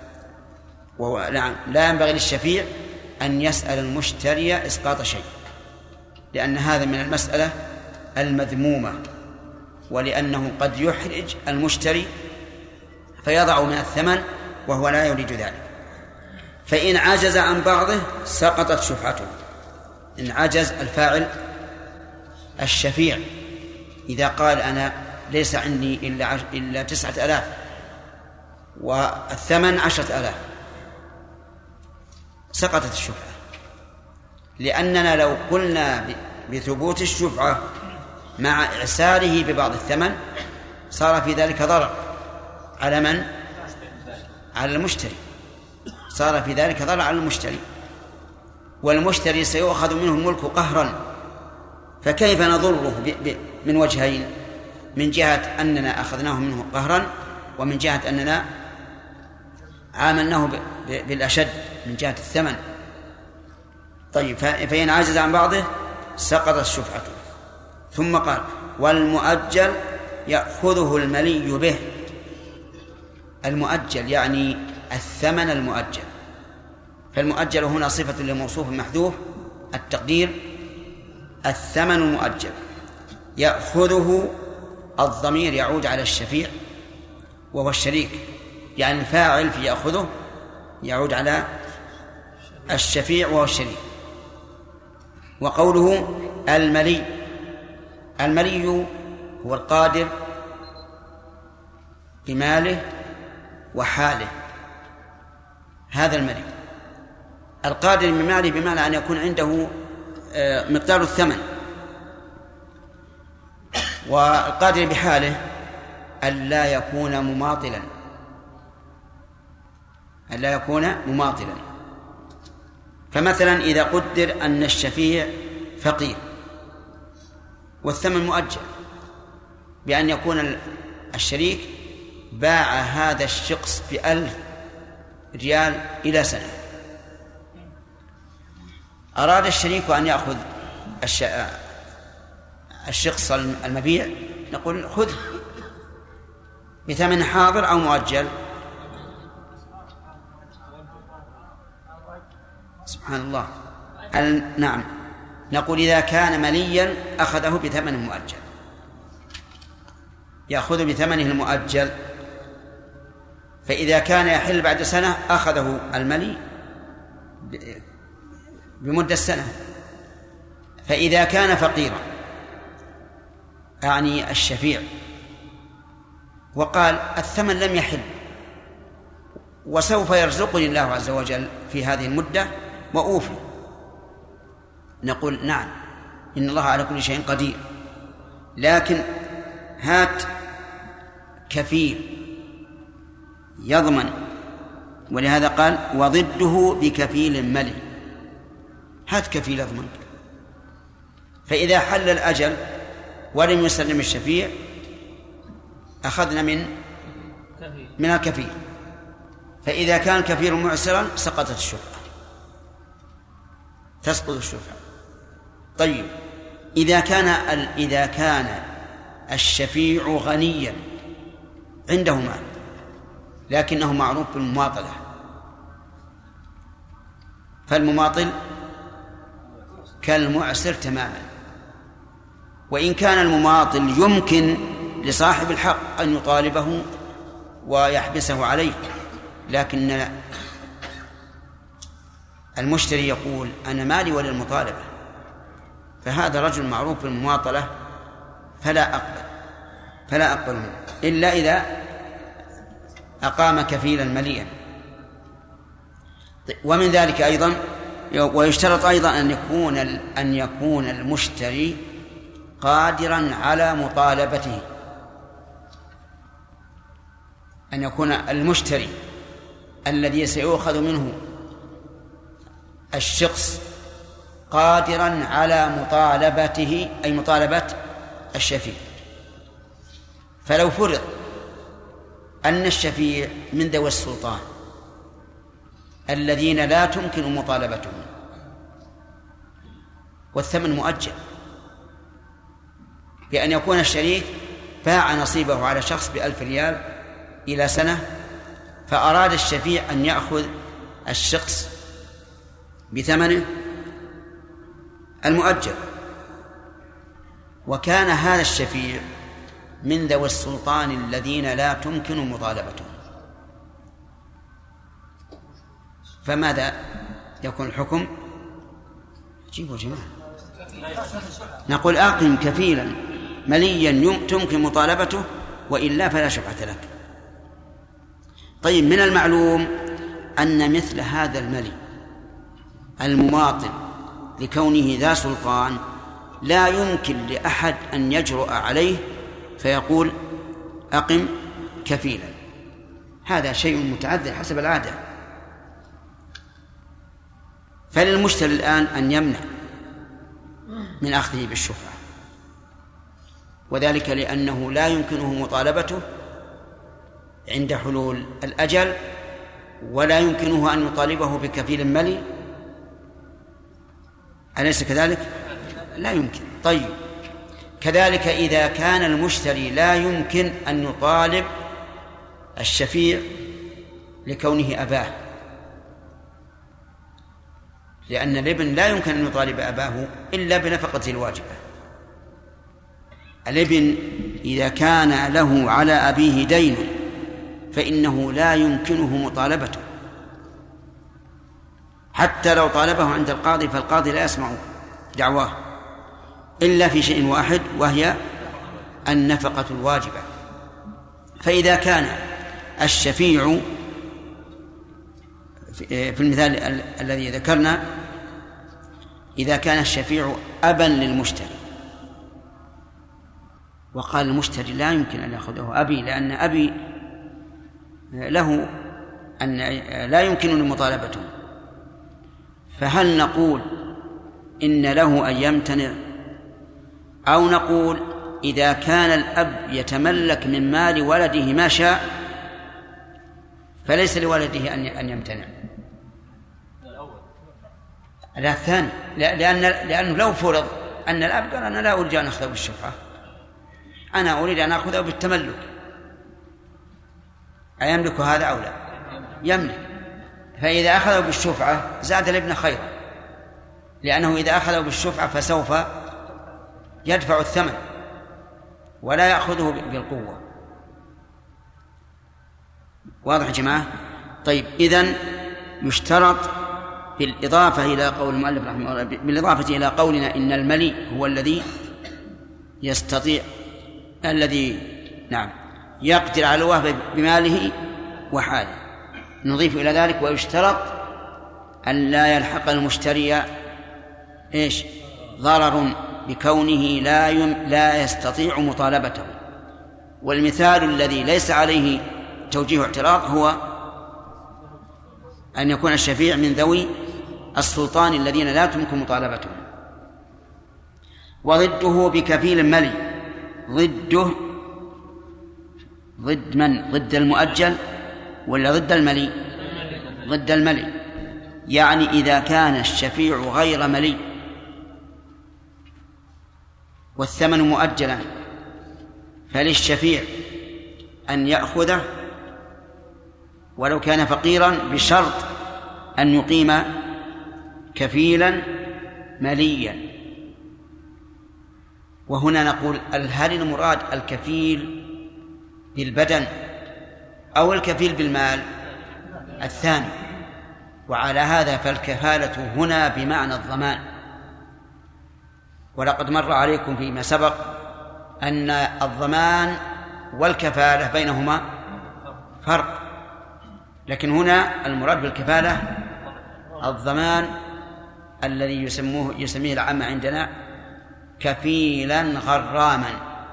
لا ينبغي للشفيع أن يسأل المشتري إسقاط شيء، لأن هذا من المسألة المذمومة، ولأنه قد يحرج المشتري فيضع من الثمن وهو لا يريد ذلك. فإن عجز عن بعضه سقطت شفعته. إن عجز الفاعل الشفيع إذا قال أنا ليس عندي إلا 9000 والثمن 10,000 سقطت الشفعة، لأننا لو قلنا بثبوت الشفعة مع إعساره ببعض الثمن صار في ذلك ضرر على من؟ على المشتري. صار في ذلك ضرر على المشتري، والمشتري سيؤخذ منه الملك قهرا. فكيف نضره من وجهين: من جهة أننا أخذناه منه قهرا، ومن جهة أننا عاملناه بالأشد من جهة الثمن. طيب، فإن عجز عن بعضه سقطت الشفعة. ثم قال: والمؤجل يأخذه الملي به المؤجل، يعني الثمن المؤجل. فالمؤجل هنا صفة لموصوف محذوف، التقدير الثمن المؤجل. يأخذه الضمير يعود على الشفيع وهو الشريك، يعني الفاعل في يأخذه يعود على الشفيع وهو الشريك. وقوله الملي، الملي هو القادر بماله وحاله، هذا الملي. القادر بماله بمعنى أن يكون عنده مقدار الثمن، والقادر بحاله أن لا يكون مماطلا، أن لا يكون مماطلا. فمثلا إذا قدر أن الشفيع فقير والثمن مؤجل، بأن يكون الشريك باع هذا الشخص ب1,000 ريال إلى سنة، أراد الشريك أن يأخذ الشخص المبيع، نقول خذ بثمن حاضر أو مؤجل. سبحان الله. نعم، نقول إذا كان مليا أخذه بثمن مؤجل، يأخذ بثمنه المؤجل. فإذا كان يحل بعد سنة أخذه الملي بمدة السنة. فإذا كان فقيرا، أعني الشفيع، وقال الثمن لم يحل وسوف يرزقني الله عز وجل في هذه المدة وأوفي، نقول نعم إن الله على كل شيء قدير، لكن هات كفيل يضمن. ولهذا قال وضده بكفيل ملي، هات كفيل يضمن. فإذا حل الأجل ولم يسلم الشفيع أخذنا من الكفيل. فإذا كان الكفيل معسرا سقطت الشفعة، تسقط الشفعة. طيب إذا كان الشفيع غنيا عنده مال لكنه معروف بالمماطلة، فالمماطل كالمعسر تماما. وإن كان المماطل يمكن لصاحب الحق أن يطالبه ويحبسه عليه، لكن المشتري يقول أنا مالي وللمطالبة، فهذا رجل معروف بالمماطلة فلا أقبل منه إلا إذا أقام كفيلا مليا. ومن ذلك أيضا ويشترط أيضا أن يكون المشتري قادرا على مطالبته، أن يكون المشتري الذي سيؤخذ منه الشخص قادرا على مطالبته، أي مطالبة الشفيع. فلو فرض أن الشفيع من ذوي السلطان الذين لا تمكن مطالبتهم والثمن مؤجل، بأن يكون الشريك باع نصيبه على شخص ب1,000 ريال إلى سنة، فأراد الشفيع أن يأخذ الشخص بثمنه المؤجل، وكان هذا الشفيع من ذوي السلطان الذين لا تمكن مطالبتهم، فماذا يكون الحكم؟ جيبوا جماعة، نقول أقم كفيلا مليا تمكن مطالبته وإلا فلا شفعة لك. طيب من المعلوم أن مثل هذا الملي المماطل لكونه ذا سلطان لا يمكن لأحد أن يجرؤ عليه فيقول أقم كفيلا، هذا شيء متعذر حسب العادة. فللمشتري الآن أن يمنع من أخذه بالشفعة، وذلك لأنه لا يمكنه مطالبته عند حلول الأجل، ولا يمكنه أن يطالبه بكفيل ملي، أليس كذلك؟ لا يمكن. طيب كذلك إذا كان المشتري لا يمكن أن يطالب الشفيع لكونه أباه، لأن الابن لا يمكن أن يطالب أباه إلا بنفقته الواجبة. الابن إذا كان له على أبيه دين فإنه لا يمكنه مطالبته، حتى لو طالبه عند القاضي فالقاضي لا يسمع دعواه إلا في شيء واحد، وهي النفقة الواجبة. فإذا كان الشفيع في المثال الذي ذكرنا، إذا كان الشفيع أبا للمشتري وقال المشتري لا يمكن أن يأخذه أبي لأن أبي له أن لا يمكنني مطالبته، فهل نقول إن له أن يمتنع، أو نقول إذا كان الأب يتملك من مال ولده ما شاء فليس لولده أن يمتنع؟ لا، الثاني، لأنه لو فرض أن الأب قال أنا لا أريد أن أخذه بالشفعة، أنا أريد أن أخذه بالتملك، أيملك هذا أو لا؟ يملك. فإذا أخذه بالشفعة زاد الابن خيرا، لأنه إذا أخذه بالشفعة فسوف يدفع الثمن ولا يأخذه بالقوة. واضح يا جماعة؟ طيب، إذن يشترط بالإضافة إلى قول المؤلف رحمه الله، بالإضافة إلى قولنا إن الملي هو الذي يستطيع يقدر على الوهب بماله وحاله، نضيف إلى ذلك ويشترط أن لا يلحق المشتري ضرر بكونه لا يستطيع مطالبته. والمثال الذي ليس عليه توجيه اعتراض هو أن يكون الشفيع من ذوي السلطان الذين لا تمكن مطالبتهم. وضده بكفيل ملي، ضده ضد من؟ ضد المؤجل ولا ضد الملي؟ ضد الملي، يعني إذا كان الشفيع غير ملي والثمن مؤجلا فللشفيع أن يأخذه ولو كان فقيرا بشرط أن يقيم كفيلا مليا. وهنا نقول هل المراد الكفيل بالبدن أو الكفيل بالمال؟ الثاني. وعلى هذا فالكفالة هنا بمعنى الضمان. ولقد مر عليكم فيما سبق أن الضمان والكفالة بينهما فرق، لكن هنا المراد بالكفالة الضمان الذي يسميه العامة عندنا كفيلا غراما.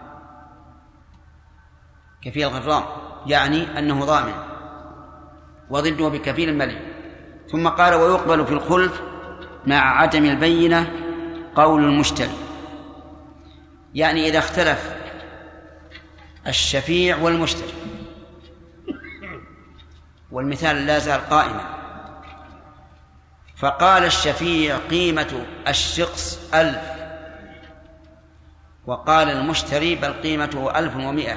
كفيل غرام يعني أنه ضامن، وضده بكفيل ملي. ثم قال ويقبل في الخلف مع عدم البينة قول المشتري، يعني إذا اختلف الشفيع والمشتري والمثال لا زال قائما، فقال الشفيع قيمة الشخص 1000 وقال المشتري بل قيمته 1100،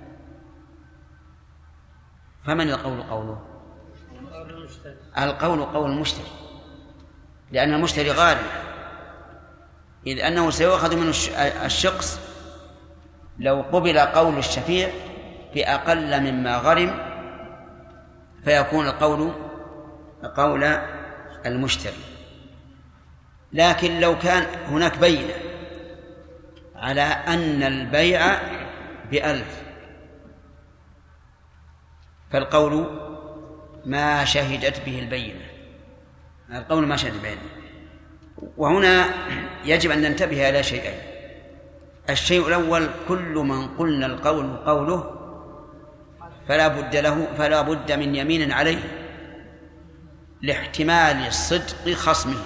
فمن القول قوله؟ القول قول المشتري، لأن المشتري غالب، إذ أنه سيؤخذ من الشخص لو قبل قول الشفيع بأقل مما غرم، فيكون القول قول المشتري. لكن لو كان هناك بينة على أن البيع ب1000 فالقول ما شهدت به البينة، القول ما شهدت به. وهنا يجب أن ننتبه إلى شيئين. الشيء الأول، كل من قلنا القول قوله فلا بد من يمين عليه لاحتمال صدق خصمه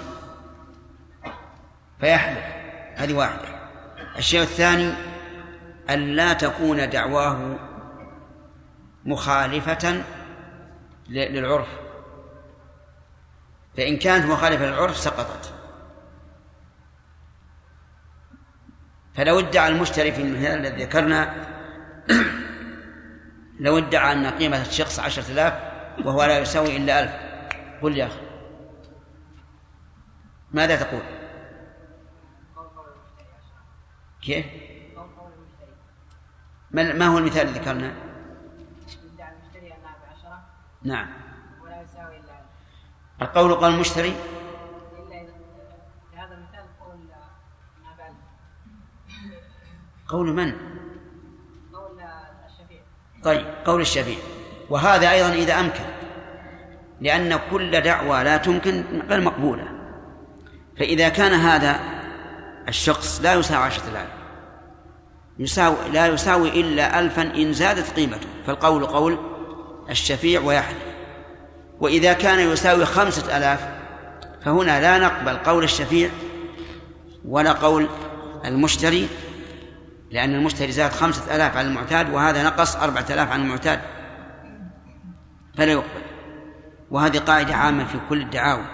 فيحلف، هذه واحدة. الشيء الثاني أن لا تكون دعواه مخالفة للعرف، فإن كانت مخالفة للعرف سقطت. فلو ادعى المشتري في المثال الذي ذكرنا لو ادعى أن قيمة الشخص 10,000 وهو لا يساوي إلا 1000، قل يا أخي ماذا تقول؟ كيف؟ ما هو المثال الذي ذكرنا؟ نعم، القول قول المشتري. قول من؟ قول الشفيع. طيب قول الشفيع، وهذا أيضا إذا أمكن، لأن كل دعوى لا تمكن غير مقبولة. فإذا كان هذا الشخص لا يساوي 10,000 لا يساوي إلا 1000 إن زادت قيمته، فالقول قول الشفيع ويحلف. وإذا كان يساوي 5000 فهنا لا نقبل قول الشفيع ولا قول المشتري، لأن المشتري زاد 5000 على المعتاد وهذا نقص 4000 عن المعتاد، فلا يقبل. وهذه قاعدة عامة في كل الدعاوى.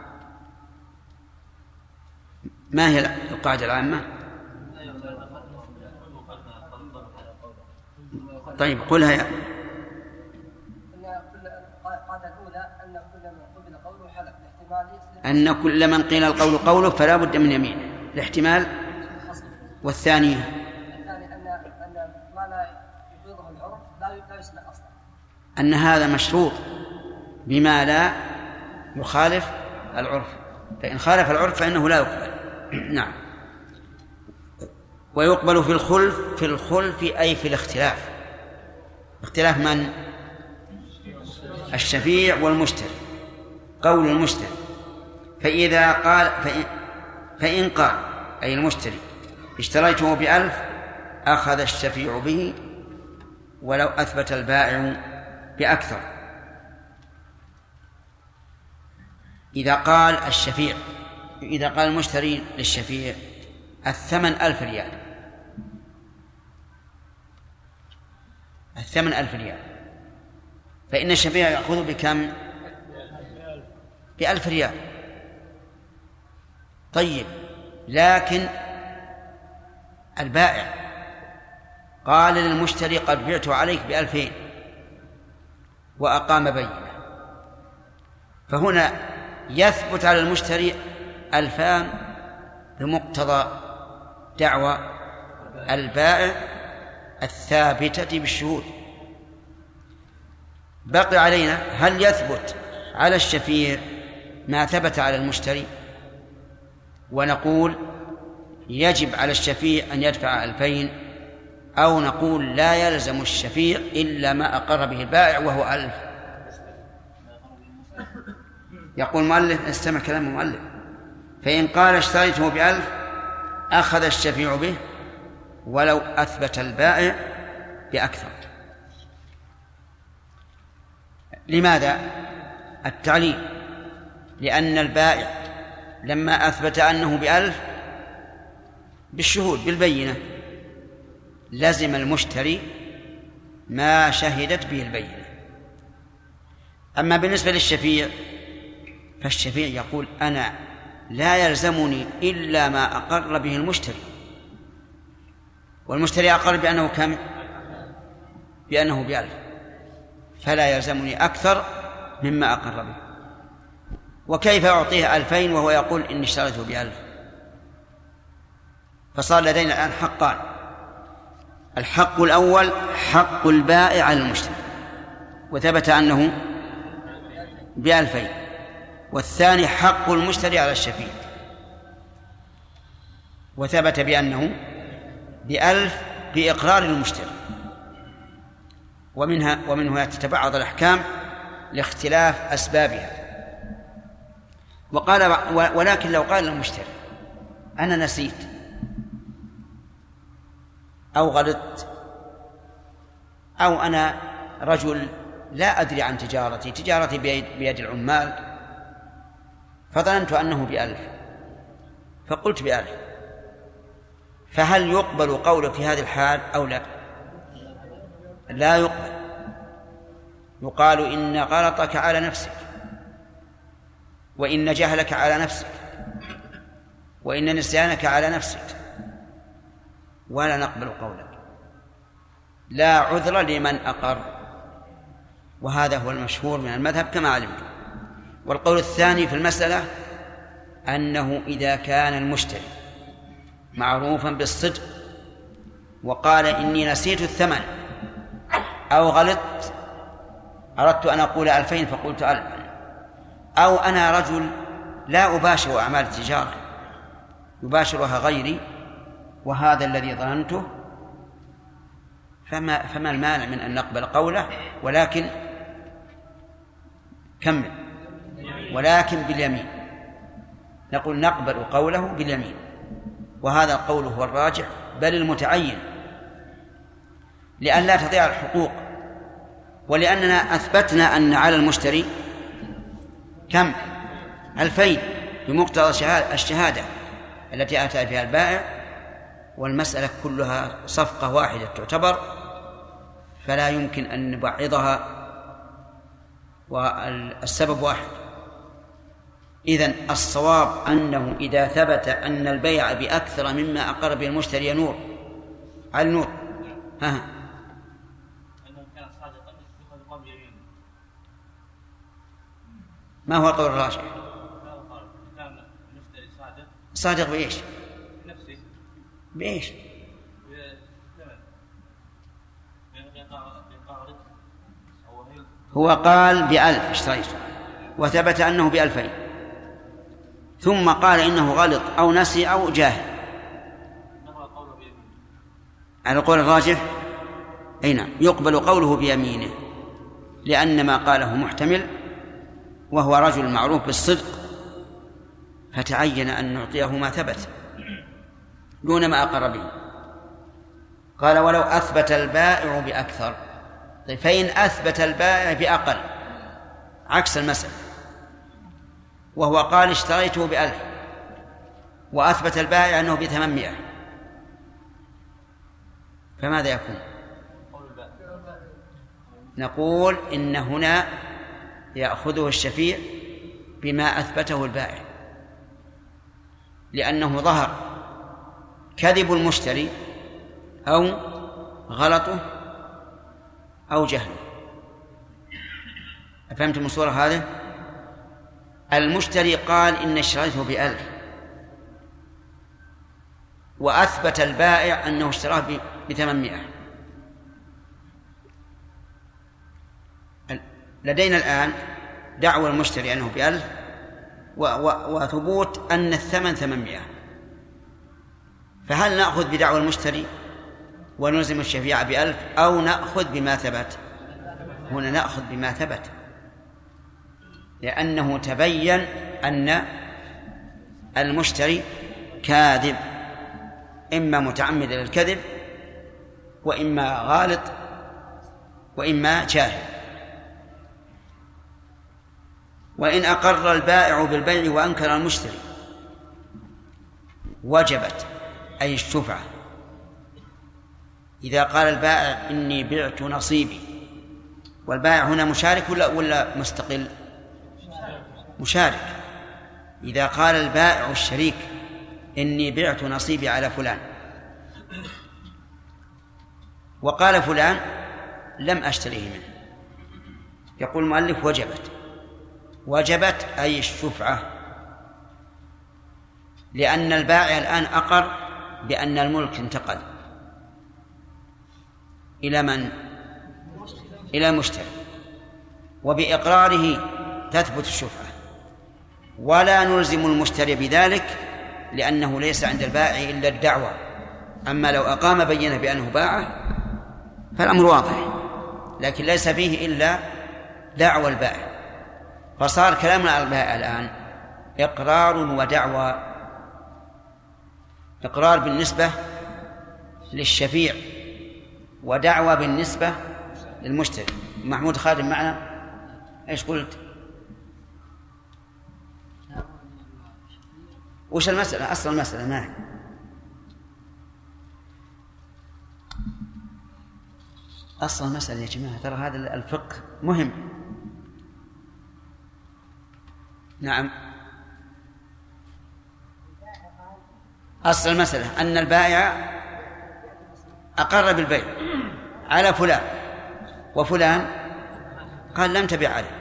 ما هي القاعدة العامة؟ طيب قلها يا أن كل من قيل القول قوله فلا بد من يمينه الاحتمال. والثانية أن هذا مشروط بما لا يخالف العرف، فإن خالف العرف فإنه لا يقبل. نعم. ويقبل في الخلف أي في الاختلاف. اختلاف من؟ الشفيع والمشتري. قول المشتري فإذا قال فإن قال أي المشتري اشتريته ب1000 أخذ الشفيع به ولو أثبت البائع بأكثر. إذا قال المشتري للشفيع الثمن 1000 ريال، الثمن 1000 ريال، فإن الشفيع يأخذ بكم؟ ب1000 ريال. طيب لكن البائع قال للمشتري قد بعت عليك ب2000 وأقام بينة، فهنا يثبت على المشتري 2000 بمقتضى دعوى البائع الثابتة بالشهود. بقي علينا هل يثبت على الشفيع ما ثبت على المشتري، ونقول يجب على الشفيع أن يدفع 2000، أو نقول لا يلزم الشفيع إلا ما أقر به البائع وهو 1000. يقول مؤلف، استمع كلام المؤلف، فإن قال اشتريته ب1000 أخذ الشفيع به ولو أثبت البائع بأكثر. لماذا؟ التعليل، لأن البائع لما أثبت أنه ب1000 بالشهود بالبينة لزم المشتري ما شهدت به البينة. أما بالنسبة للشفيع فالشفيع يقول أنا لا يلزمني إلا ما أقر به المشتري، والمشتري أقر بأنه كم؟ بأنه ب1000، فلا يلزمني أكثر مما أقر به. وكيف أعطيه 2000 وهو يقول إني اشتريته ب1000؟ فصار لدينا الآن حقان: الحق الأول حق البائع على المشتري وثبت أنه ب2000، والثاني حق المشتري على الشفيع وثبت بأنه ب1000 بإقرار المشتري. ومنه تتبعض الأحكام لاختلاف أسبابها. ولكن لو قال المشتري أنا نسيت أو غلطت أو أنا رجل لا أدري عن تجارتي بيد العمال فظننت أنه ب1000 فقلت ب1000، فهل يقبل قوله في هذه الحال أو لا؟ لا يقبل. يقال إن غلطك على نفسك، وإن جهلك على نفسك، وإن نسيانك على نفسك، ولا نقبل قولك، لا عذر لمن أقر، وهذا هو المشهور من المذهب كما علمتم. والقول الثاني في المسألة أنه إذا كان المشتري معروفا بالصدق وقال إني نسيت الثمن أو غلطت، أردت أن أقول 2000 فقلت 1000، أو أنا رجل لا أباشر أعمال التجارة يباشرها غيري وهذا الذي ظننته، فما المانع من أن نقبل قوله، ولكن كمل، ولكن باليمين، نقول نقبل قوله باليمين، وهذا القول هو الراجح بل المتعين، لأن لا تضيع الحقوق، ولأننا أثبتنا أن على المشتري كم 2000 بمقتضى الشهادة التي أتى بها البائع، والمسألة كلها صفقة واحدة تعتبر، فلا يمكن أن نبعضها، والسبب واحد. إذن الصواب أنه إذا ثبت أن البيع بأكثر مما أقر به المشتري نور على النور ما هو القول الراجح؟ صادق بإيش؟ بإيش؟ هو قال ب1000 اشتريت وثبت أنه ب2000 ثم قال إنه غلط أو نسي أو جاهل، على القول الراجح أي نعم يقبل قوله بيمينه، لأن ما قاله محتمل وهو رجل معروف بالصدق، فتعين أن نعطيه ما ثبت دون ما أقر به. قال ولو أثبت البائع بأكثر، فإن أثبت البائع بأقل عكس المسألة، وهو قال اشتريته ب1000 وأثبت البائع أنه ب800، فماذا يكون؟ نقول إن هنا يأخذه الشفيع بما أثبته البائع، لأنه ظهر كذب المشتري أو غلطه أو جهله. أفهمتم الصورة هذه؟ المشتري قال إن اشتريته ب1000 وأثبت البائع أنه اشتراه ب800. لدينا الآن دعوى المشتري أنه ب1000 وثبوت أن الثمن 800، فهل نأخذ بدعوى المشتري ونلزم الشفيع ب1000 أو نأخذ بما ثبت؟ هنا نأخذ بما ثبت، لأنه تبين أن المشتري كاذب، إما متعمد للكذب وإما غالط وإما جاهل. وإن أقر البائع بالبيع وأنكر المشتري وجبت أي الشفعة. إذا قال البائع إني بعت نصيبي، والبائع هنا مشارك ولا مستقل؟ مشارك. إذا قال البائع الشريك إني بعت نصيبي على فلان، وقال فلان لم أشتريه منه، يقول المؤلف وجبت أي الشفعة، لأن البائع الآن أقر بأن الملك انتقل إلى من؟ إلى المشتري، وبإقراره تثبت الشفعة، ولا نلزم المشتري بذلك لأنه ليس عند البائع إلا الدعوة. أما لو أقام بينه بأنه باعه فالأمر واضح، لكن ليس فيه إلا دعوى البائع. فصار كلامنا على البائع الآن إقرار ودعوى. إقرار بالنسبة للشفيع ودعوى بالنسبة للمشتري. محمود خادم معنا، إيش قلت؟ وش المسألة؟ أصل المسألة ما هي؟ أصل المسألة يا جماعة، ترى هذا الفقه مهم. نعم، أصل المسألة أن البائع أقر بالبيع على فلان وفلان قال لم تبع عليه،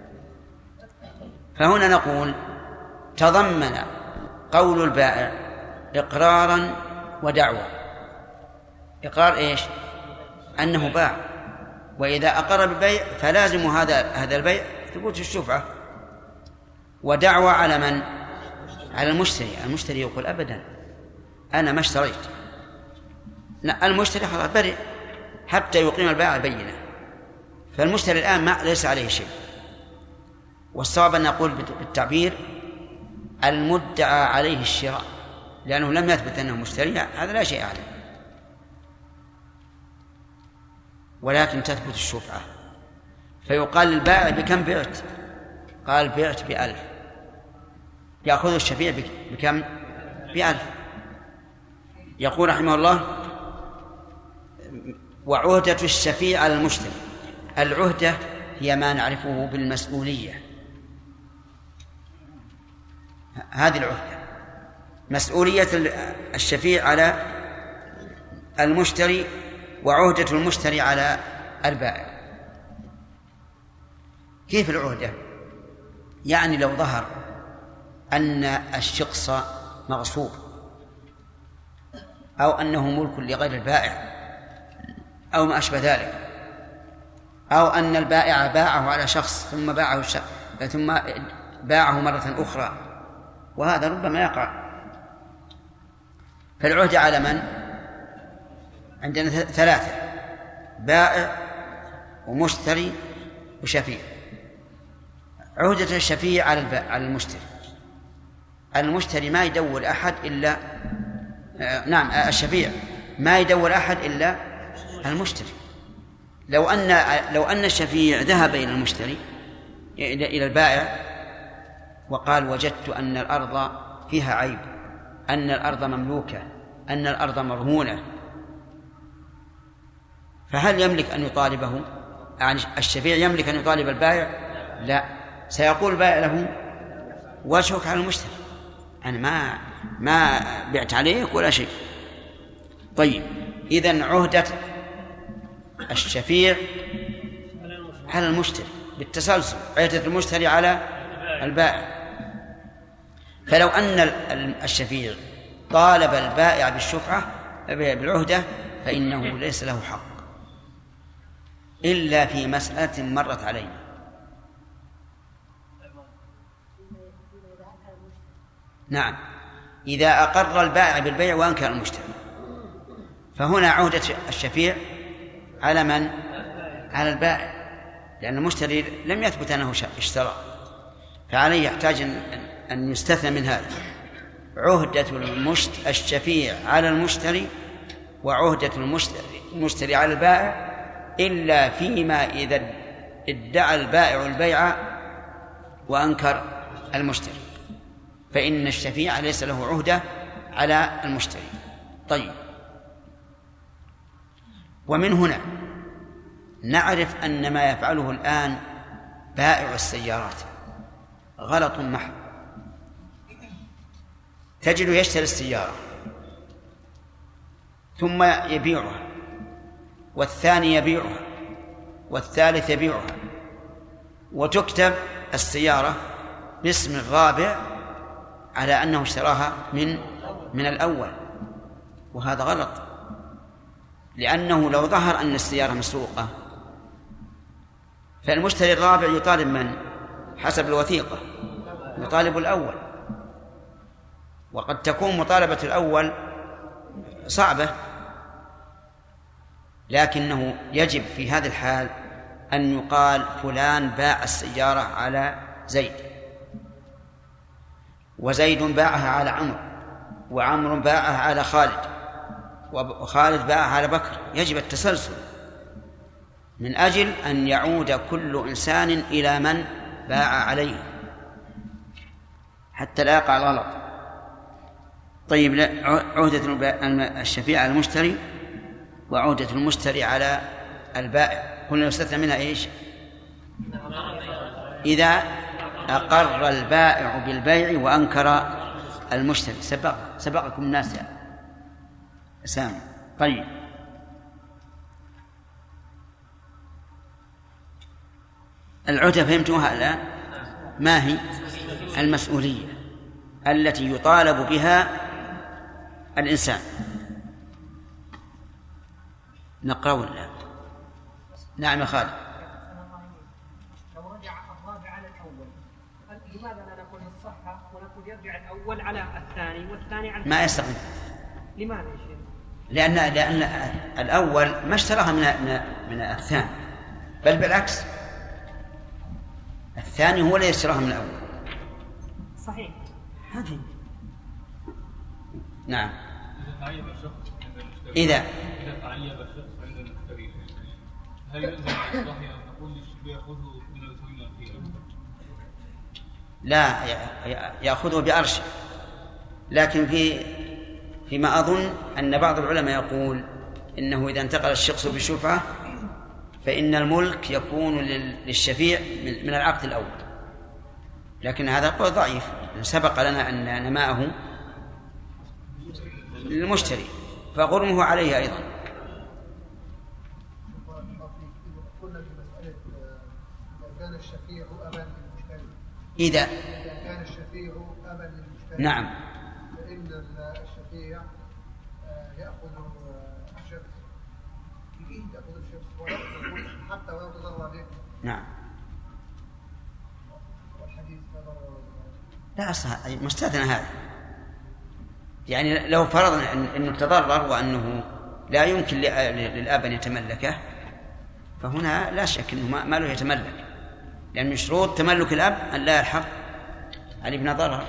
فهنا نقول تضمن قول البائع إقرارا ودعوى. إقرار إيش؟ أنه باع، وإذا أقر بالبيع فلازم هذا البيع ثبوت الشفعة، ودعوى على من؟ على المشتري. المشتري يقول أبدا أنا ما اشتريت، المشتري خلاص برئ حتى يقيم البائع البينة، فالمشتري الآن ليس عليه شيء. والصواب أن نقول بالتعبير المدعى عليه الشراء، لأنه لم يثبت أنه مشتري، هذا لا شيء عليه، ولكن تثبت الشفعة. فيقال للبائع بكم بعت؟ قال بعت ب1000، يأخذ الشفيع بكم؟ ب1000. يقول رحمه الله وعهدة الشفيع على المشتري. العهدة هي ما نعرفه بالمسؤولية، هذه العهدة مسؤولية الشفيع على المشتري وعهدة المشتري على البائع. كيف العهدة؟ يعني لو ظهر أن الشخص مغصوب أو أنه ملك لغير البائع أو ما أشبه ذلك، أو أن البائع باعه على شخص ثم باعه مرة أخرى، وهذا ربما يقع. فالعهدة على من؟ عندنا 3: بائع ومشتري وشفيع. عهدة الشفيع على المشتري. المشتري ما يدور أحد إلا الشفيع ما يدور أحد إلا المشتري. لو أن الشفيع ذهب إلى المشتري إلى البائع وقال وجدت أن الأرض فيها عيب، أن الأرض مملوكة، أن الأرض مرهونة، فهل يملك أن يطالبه؟ يعني الشفيع يملك أن يطالب البائع؟ لا، سيقول البائع له وجهك على المشتري، أنا ما بعت عليك ولا شيء. طيب، إذن عهدة الشفيع على المشتري بالتسلسل، عهدة المشتري على البائع. فلو أن الشفيع طالب البائع بالشفعة بالعهدة فإنه ليس له حق إلا في مسألة مرت علينا. نعم، إذا أقر البائع بالبيع وأنكر المشتري، فهنا عهدة الشفيع على من؟ على البائع، لأن المشتري لم يثبت أنه اشترى، فعليه يحتاج أن يستثنى من هذا عهدة الشفيع على المشتري وعهدة المشتري على البائع، إلا فيما إذا ادعى البائع البيع وأنكر المشتري، فإن الشفيع ليس له عهدة على المشتري. طيب، ومن هنا نعرف أن ما يفعله الآن بائع السيارات غلط محض. تجده يشتري السيارة ثم يبيعها، والثاني يبيعها، والثالث يبيعها، وتكتب السيارة باسم الرابع على أنه اشتراها من الأول، وهذا غلط، لأنه لو ظهر أن السيارة مسروقة فالمشتري الرابع يطالب من؟ حسب الوثيقة يطالب الأول، وقد تكون مطالبة الأول صعبة، لكنه يجب في هذه الحال أن يقال فلان باع السيارة على زيد، وزيد باعها على عمرو، وعمرو باعها على خالد، وخالد باعها على بكر. يجب التسلسل من أجل أن يعود كل إنسان إلى من باع عليه حتى لا يقع الغلط. طيب، عهدة الشفيع على المشتري وعهدة المشتري على البائع كلنا يستثنى منها إيش؟ إذا أقر البائع بالبيع وأنكر المشتري. سبقكم الناس يا سامي. طيب، العهدة فهمتوها الآن؟ ما هي؟ المسؤولية التي يطالب بها الإنسان. نقرأ ولا؟ نعم يا خالد. لو رجع الرابع على الأول لماذا لا نقول الصحة ونقول يرجع الأول على الثاني والثاني على ما يستقيم. لماذا يا شيخ؟ لأن الأول ما اشتراها من الثاني، بل بالعكس الثاني هو الذي اشتراها من الأول. صحيح. هذه نعم. إذا تعيب الشخص عند المشتري هل يلزم الصحي أن نقول للشيء يأخذه من الزمن الأخير؟ لا، يأخذه بأرشه، لكن فيما أظن أن بعض العلماء يقول إنه إذا انتقل الشخص بشفعة فإن الملك يكون للشفيع من العقد الأول، لكن هذا قول ضعيف. سبق لنا أن نماءه للمشتري فغرمه عليه أيضا. كان الشفيع أبا للمشتري. إذا كان الشفيع أبا للمشتري. نعم. فإن الشفيع يأخذ الشخص حتى ولو تضرر به. نعم. والحديث لا أصلا مستثنى هذا، يعني لو فرضنا أنه تضرر وأنه لا يمكن للأب أن يتملكه فهنا لا شك أنه ما له يتملك، لأن من شروط تملك الأب أن لا يلحق على ابن ضرر.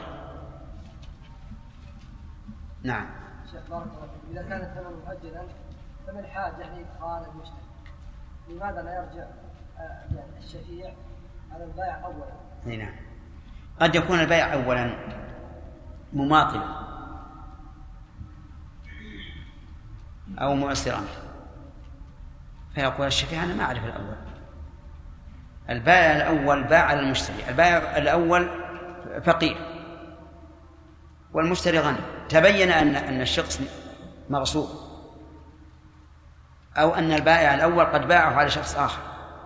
نعم. شيخ بارك الله فيك، إذا كان الثمن مؤجلا فمن حاجة لإدخال المشتري لماذا لا يرجع يعني الشفيع على البائع أولا؟ نعم. قد يكون البيع أولا مماطلا أو مؤثرا فيقول الشفيع أنا ما أعرف الأول. البائع الأول باع على المشتري، البائع الأول فقير والمشتري غني، تبين أن الشخص مغصوب أو أن البائع الأول قد باعه على شخص آخر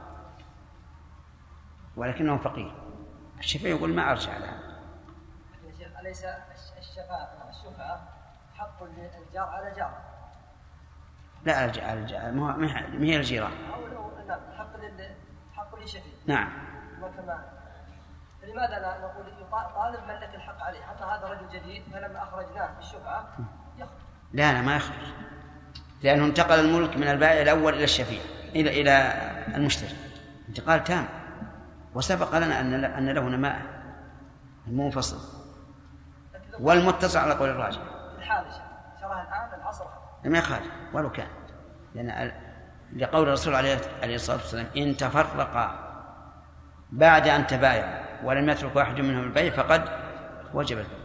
ولكنه فقير، الشفيع يقول ما أرجع على هذا. يا شيخ أليس الشفعة حق للجار على جار؟ لا أرجع على الجار، ما هي الجيران. نعم، حق للشفيع. نعم. وكمان فلماذا لا نقول طالب من لك الحق عليه؟ حتى هذا رجل جديد فلما أخرجناه بالشفعة يخرج. لا ما يخرج، لأنه انتقل الملك من البائع الأول إلى الشفيع إلى المشتري انتقال تام، وسبق لنا أن له نماء المنفصل والمتصل على قول الراجح. الحال شرها الآن العصر لم يخالف ولو كان، لأن لقول الرسول عليه الصلاة والسلام إن تفرقا بعد أن تبايع ولم يترك واحد منهم البيع فقد وجب البيع.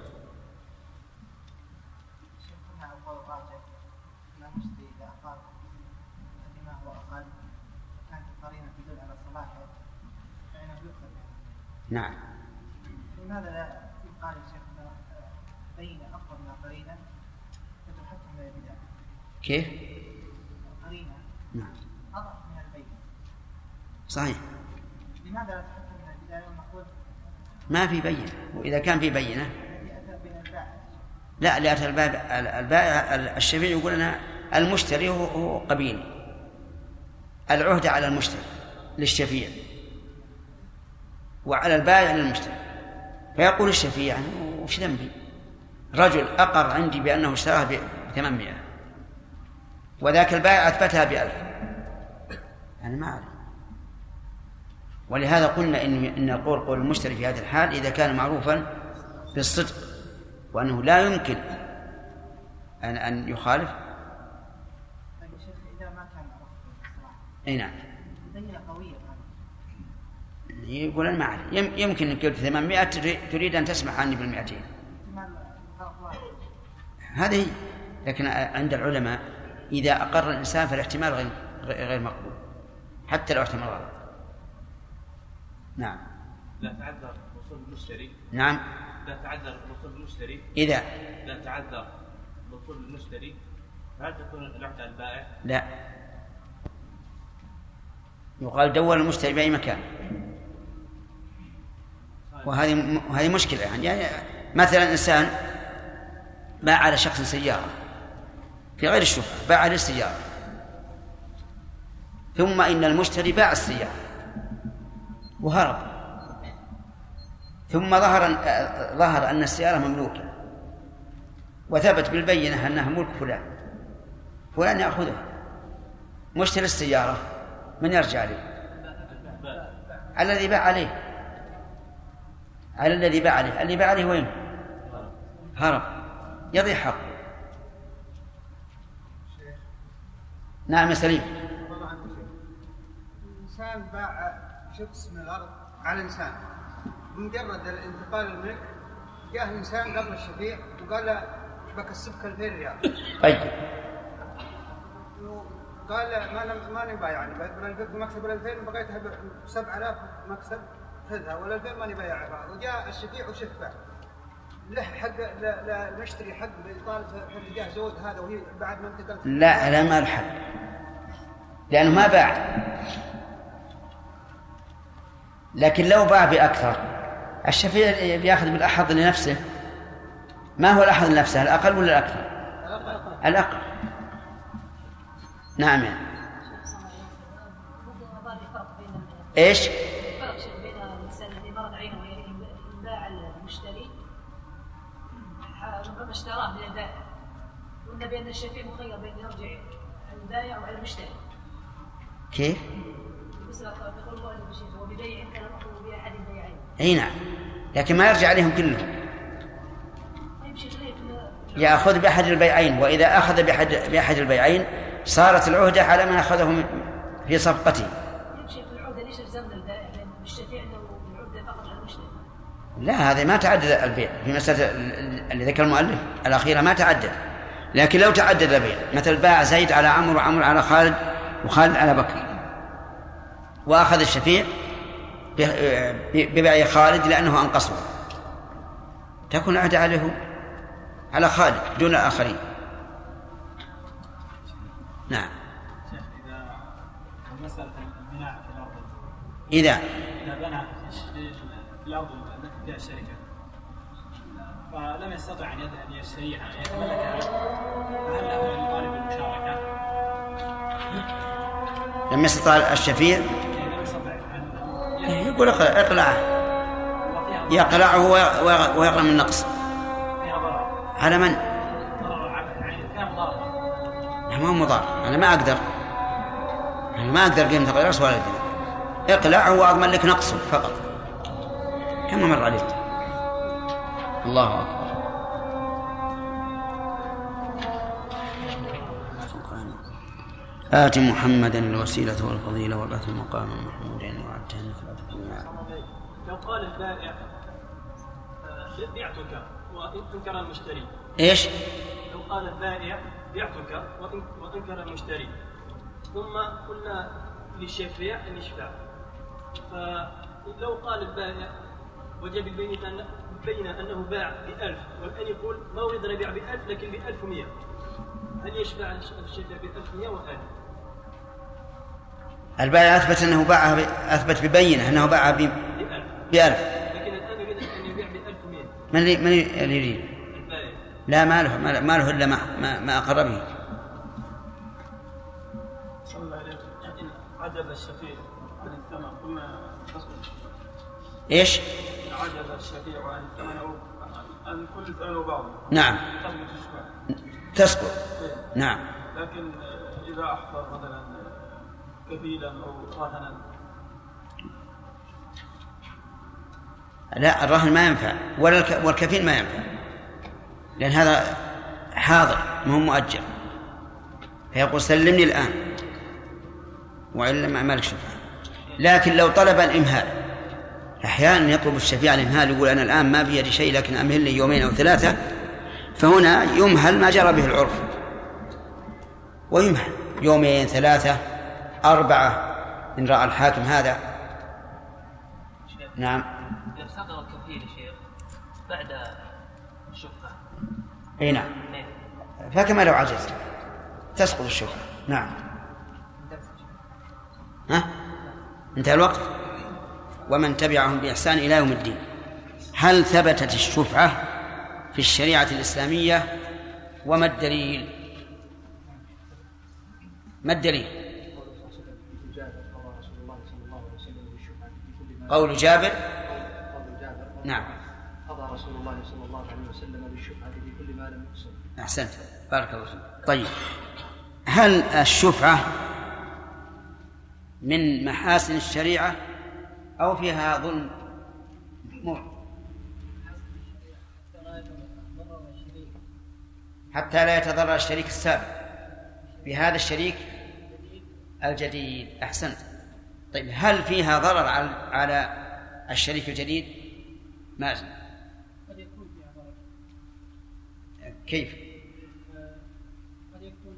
نعم. لماذا لا يقال الشيخ بين أفضل من قرينة فتحكم بها بداية؟ كيف؟ القرينة نعم أضعف من البين. صحيح. لماذا لا تحكم بها بداية ونقول ما في بينة؟ وإذا كان في بينة لا لأتى البائع الشفيع يقول أنا المشتري هو قبيل العهدة على المشتري للشفيع وعلى البائع للمشتري، فيقول الشفيع وش ذنبي؟ رجل أقر عندي بأنه اشتراه ب800 وذاك البائع أثبتها ب1000، أنا ما أعرف. ولهذا قلنا إن القول قول المشتري في هذه الحال إذا كان معروفا بالصدق وأنه لا يمكن أن يخالف. إذا ما كان معروف بالصراحة. أي نعم. بينة قوية. يقول أنا ما أعرف، يمكن قلت 800 تريد أن تسمح عني بال200. هذه لكن عند العلماء إذا أقر الإنسان فالاحتمال غير مقبول حتى لو احتمال غلط. نعم. لا تعذر وصول المشتري. نعم. لا تعذر وصول المشتري. إذا لا تعذر وصول المشتري هل تكون العهدة البائع؟ لا، يقال دور المشتري بأي مكان وهذه مشكلة. يعني مثلا إنسان باع على شخص سيارة في غير الشفعة، باع عليه السيارة، ثم إن المشتري باع السيارة وهرب، ثم ظهر أن السيارة مملوكة وثبت بالبينة أنها ملك فلان يأخذها. مشتري السيارة من يرجع عليه؟ على الذي باع عليه، على الذي باع عليه. اللي باع عليه وين؟ هرب، يضيع حقه. نعم يا سليم. إنسان باع شخص من الأرض على إنسان، بمجرد الانتقال الملك جاء إنسان قبل الشفيع وقال له بكسبك 2000 ريال. طيب. قال ما نبايع، يعني مكسب 2000 بقيتها ب 7000 مكسب خذها، ولا 2000 ما نبايعها. وجاء الشفيع وشفع له حق المشتري حق بيطالب في جاه زود هذا، وهي بعد ما انتقلت. لا ما له حق لأنه ما باع. لكن لو باع بأكثر الشفيع بيأخذ بالأحظ لنفسه. ما هو الأحظ لنفسه، الأقل ولا الأكثر؟ الأقل. نعم. إيش؟ فرق بين الإنسان الذي مرض عينه باع المشتري ربما اشتراه من البائع، قلنا بأن الشفيع مخير بين يرجع على البائع وعلى المشتري. كيف؟ وببيع كان مطلوب بأحد البيعين. أي نعم، لكن ما يرجع عليهم كلهم، يأخذ بأحد البيعين. وإذا أخذ بأحد البيعين صارت العهدة على من أخذه في صفقته. يمشي في العهدة. ليش الزمن البائع الشفيع أنه العهدة فقط على المشتري؟ لا، هذا ما تعدد البيع في مسألة اللي ذكر المؤلف الأخيرة، ما تعدد. لكن لو تعدد البيع، مثل باع زيد على عمرو وعمرو على خالد وخالد على بكر، وأخذ الشفيع ببيع خالد لأنه أنقصه، تكون العهدة على خالد دون الآخرين. نعم. إذا مسألة البناء في الأرض، إذا بنى في الأرض التي فيها الشركة فلم يستطع أن يشتريها يتملكها، فهل له أن يطالب بالمشاركة؟ لم يستطع الشفيع يقول اقلعه، يقلعه ويقلع من النقص. على من؟ ما هو مضار. أنا ما أقدر قيمة غير رأس ولا دينار. اقلعه وأضمن لك نقصه فقط كما مر عليك. الله أكبر. آت محمدا الوسيلة والفضيلة وابعث مقاما محمودا وعدته لو قال البائع بعتك وأنكر المشتري. إيش؟ لو قال البائع بعتك وأنكر المشتري، ثم قلنا للشفيع أن يشفع، فلو قال البائع وجب البينة أنه باع ب1000 والآن يقول ما أريد أن أبيع ب1000 لكن ب1100، هل يشفع الشفيع ب1100 والآن؟ البائع أثبت أنه باعها، أثبت ببينة أنه باعها ب1000، لكن الآن يريد أن يبيع ب1100. من اللي يريد؟ البائع. لا، ما له إلا ما أقر به. صلى الله عليه وسلم عجب الشفيع عن الثمن، قلنا إيش؟ عجب الشفيع عن الثمن أن كل فعل بعض. نعم. تسقط. نعم. لكن إذا أحضر مثلا كفيلا أو رهنا. لا، الرهن ما ينفع والكفيل ما ينفع، لأن هذا حاضر ما هو مؤجل، فيقول سلمني الآن وإلا ما مالك شفعة. لكن لو طلب الإمهال، أحيانا يطلب الشفيع الإمهال، يقول أنا الآن ما بيدي شيء لكن أمهل لي 2 أو 3، فهنا يمهل ما جرى به العرف، ويمهل 2 3 4 إن رأى الحاكم هذا. نعم. إذا سقط الكفيل شيخ بعد الشفعة. أي نعم. فكما لو عجز تسقط الشفعة. نعم. انتهى الوقت. ومن تبعهم بإحسان إلى يوم الدين. هل ثبتت الشفعة في الشريعة الإسلامية وما الدليل؟ ما الدليل؟ قول جابر. نعم. قضى رسول الله صلى الله عليه وسلم بالشفعة في كل ما لم يقسم. أحسنت، بارك الله فيك. طيب، هل الشفعة من محاسن الشريعة أو فيها ظلم محمود؟ حتى لا يتضرر الشريك السابق بهذا الشريك الجديد. أحسنت. طيب، هل فيها ضرر على الشريك الجديد؟ ماذا؟ قد يكون فيها ضرر. كيف؟ قد يكون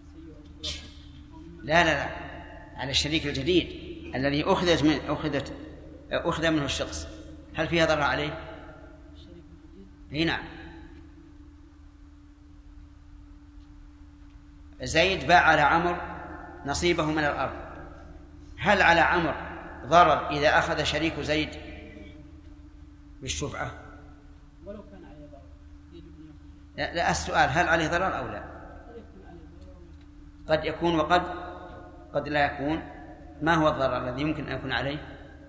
لا على الشريك الجديد الذي أخذ منه الشخص، هل فيها ضرر عليه؟ الشريك الجديد؟ نعم. زيد باع على عمرو نصيبه من الأرض، هل على عمرو ضرر إذا أخذ شريك زيد بالشفعة؟ ولو كان عليه ضرر. لا، السؤال هل عليه ضرر أو لا؟ قد يكون قد لا يكون. ما هو الضرر الذي يمكن أن يكون عليه؟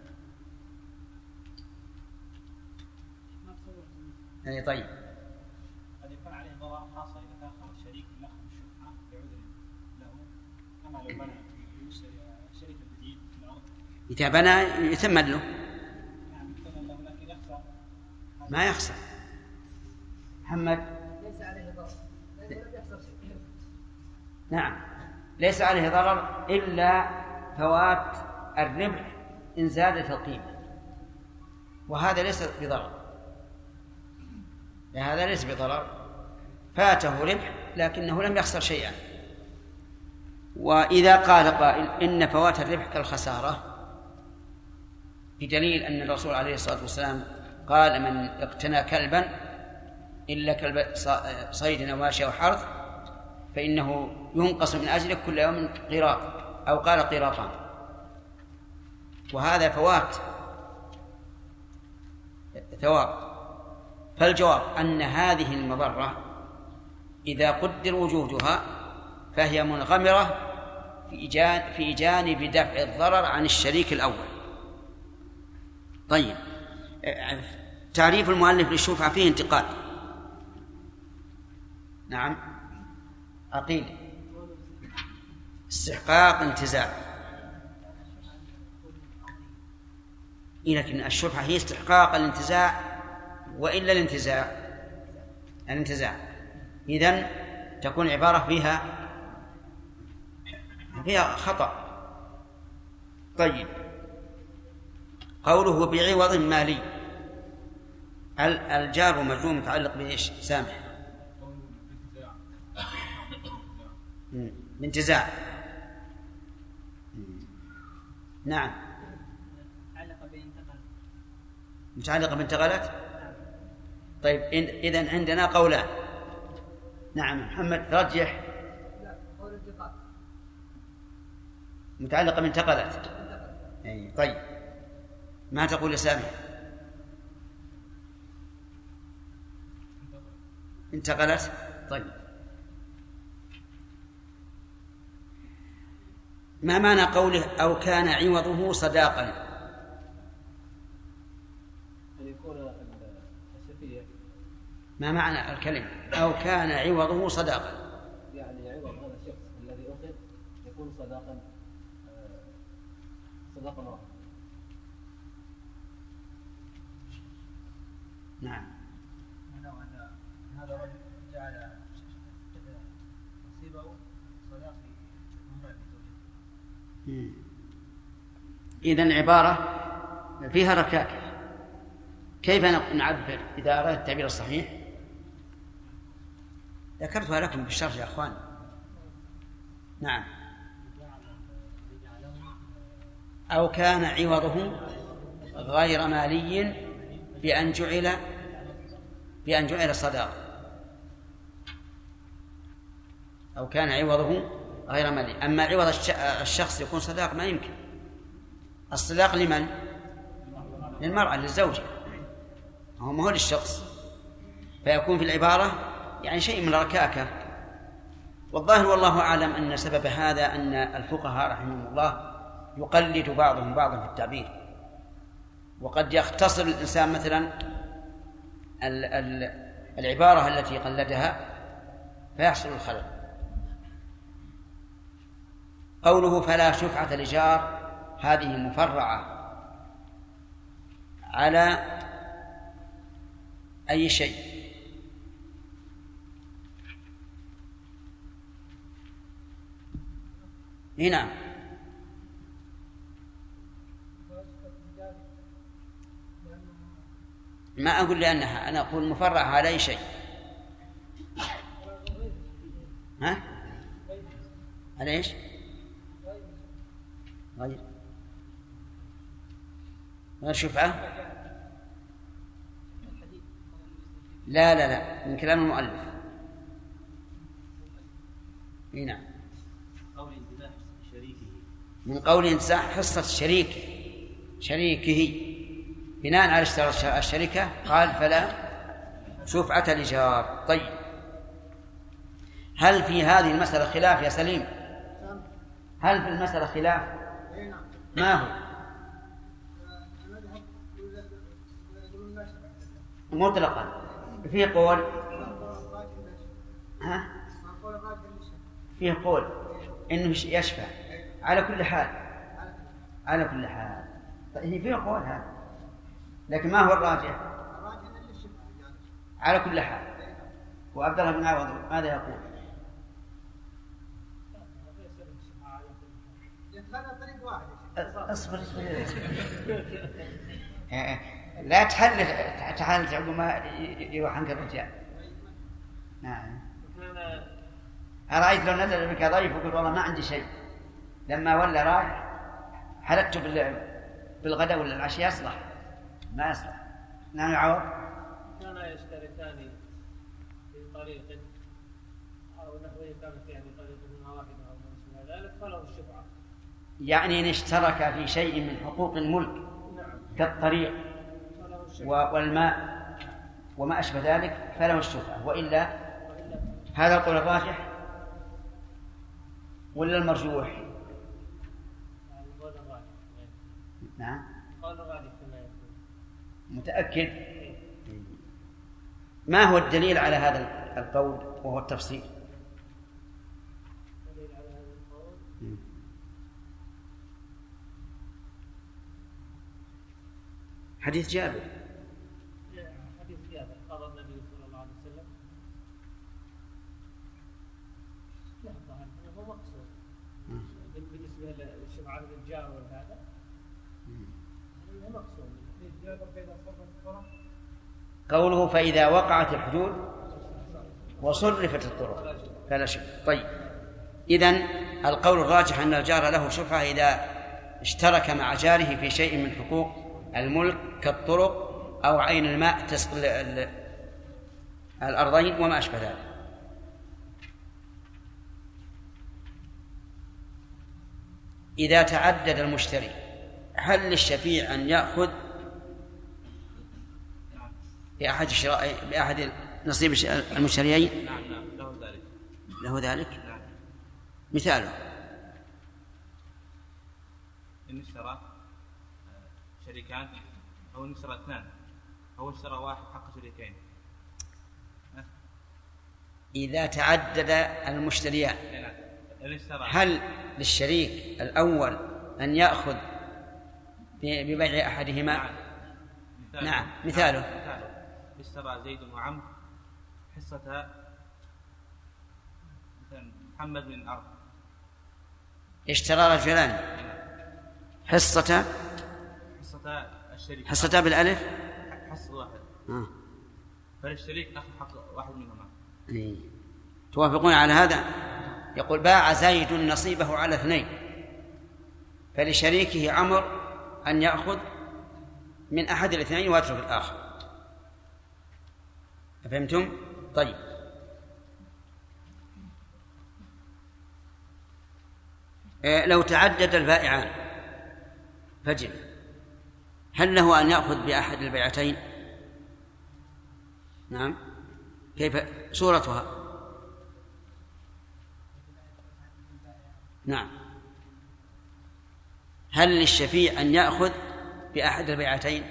طيب، قد يكون عليه ضرر خاصة إذا تأخر الشريك من أخذ الشفعة بعذر له، كما لو بنى الشريك الجديد في الأرض. إذا بنى يثمن له. نعم، يثمن له، لكن يخسر. ما يخسر. محمد. ليس عليه ضرر، لأنه لم يخسر شيء. نعم، ليس عليه ضرر إلا فوات الربح إن زادت القيمة، وهذا ليس بضرر. هذا ليس بضرر، فاته ربح لكنه لم يخسر شيئا. وإذا قال قائل إن فوات الربح كالخسارة، بدليل أن الرسول عليه الصلاة والسلام قال من اقتنى كلبا إلا كلب صيد أو ماشية أو حرث فإنه ينقص من أجله كل يوم قيراط، أو قال قيراطان، وهذا فوات ثواب. فالجواب أن هذه المضرة إذا قدر وجودها فهي منغمرة في جانب دفع الضرر عن الشريك الأول. طيب، تعريف المؤلف للشفعة فيه انتقال. نعم، عقيل، استحقاق، انتزاع. لكن الشفعة هي استحقاق الانتزاع وإلا الانتزاع إذن تكون عبارة فيها خطأ. طيب، قوله بعوض مالي، الجار والمجرور متعلق بإيش؟ سامح. بانتزاع. نعم، متعلقة بانتقلت. طيب، إذن عندنا قولان. نعم، محمد رجح. لا، قول انتقال. متعلقة بانتقلت. طيب، ما تقول يا سامي؟ انتقلت. طيب، ما معنى قوله أو كان عوضه صداقا؟ ما معنى الكلمة أو كان عوضه صداقا؟ يعني عوض هذا الشخص الذي أخذ يكون صداقا واحد. نعم. هذا الرجل جعل نصيبه صداق في إذن عبارة فيها ركاكة. كيف نعبر إذا أردت التعبير الصحيح؟ ذكرتها لكم بالشرح يا أخوان. نعم، أو كان عوضه غير مالي بأن جعل صداق، أو كان عوضه غير مالي. أما عوض الشخص يكون صداق ما يمكن. الصداق لمن؟ للمرأة، للزوجة. ما هو للشخص، فيكون في العبارة يعني شيء من الركاكة. والظاهر والله أعلم أن سبب هذا أن الفقهاء رحمهم الله يقلد بعضهم بعضا في التعبير، وقد يختصر الإنسان مثلا العبارة التي قلدها فيحصل الخلل. قوله فلا شفعة لجار هذه مفرعة على أي شيء؟ هنا ما أقول لأنها، أنا أقول مفرعة على أي شيء. ها؟ على إيش؟ غير شفعة؟ لا من كلام المؤلف. هنا من قول انتزاع حصة شريكه بناء على اشتراط الشركة قال فلا شفعة لجار. طيب، هل في هذه المسألة خلاف يا سليم؟ هل في المسألة خلاف؟ ما هو؟ مطلقا فيه قول، فيه قول إنه يشفع على كل حال. طيب فيه قول هذا، لكن ما هو الراجح؟ على كل حال. وعبد الله بن عوض ماذا يقول؟ اصبر لا تحلل عقب ما يروح عنك الرجال. نعم. أرأيت لو نزل بك ضيف وقلت والله ما عندي شيء، لما ولا رايح حلت بالغداء ولا العشاء، يصلح ما يصلح؟ نعم يعوض. كان يشتركان في طريق أو نحوه، كانت يعني طريقهما واحدة أو ما شابه ذلك، فله الشفعة. يعني إن اشترك في شيء من حقوق الملك كالطريق والماء وما أشبه ذلك فله الشفعة، وإلا هذا القول الراجح ولا المرجوح؟ نعم متأكد. ما هو الدليل على هذا القول وهو التفصيل؟ حديث جابر قضى النبي صلى الله عليه وسلم. لا ظاهر هو مقصود بالنسبة للشفعة للجار والهذا مقصود. قوله فإذا وقعت الحدود وصرفت الطرق فلا شيء. طيب، إذن القول الراجح أن الجار له شفعة إذا اشترك مع جاره في شيء من حقوق الملك كالطرق أو عين الماء تسقي الأرضين وما أشبه ذلك. إذا تعدد المشتري هل للشفيع أن يأخذ بأحد نصيب المشتريين؟ نعم له ذلك. مثاله إن اشترى شريكان أو إن اشترى اثنان أو اشترى واحد حق شريكين. إذا تعدد المشتريان هل للشريك الأول أن يأخذ ببيع أحدهما؟ نعم مثاله اشترى زيد وعمرو حصة محمد من الأرض. اشترى رجلان حصة الشريك، حصة بالألف، حصة واحد. فالشريك أخذ حق واحد منهما. توافقون على هذا؟ يقول باع زيد نصيبه على 2، فلشريكه عمرو أن يأخذ من أحد الاثنين ويترك الآخر. أفهمتم؟ طيب، لو تعدد البائعان فجل هل له أن يأخذ بأحد البيعتين؟ نعم. كيف صورتها؟ نعم. هل للشفيع أن يأخذ بأحد البيعتين؟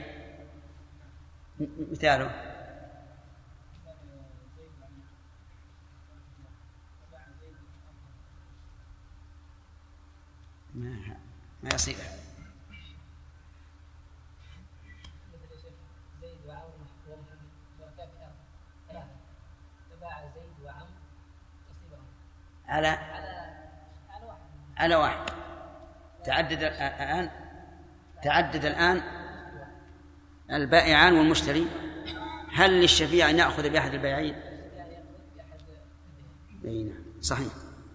مثاله ما يصير. على واحد. تعدد الآن البائعان والمشتري. هل للشفيع أن يأخذ بأحد البيعين؟ صحيح.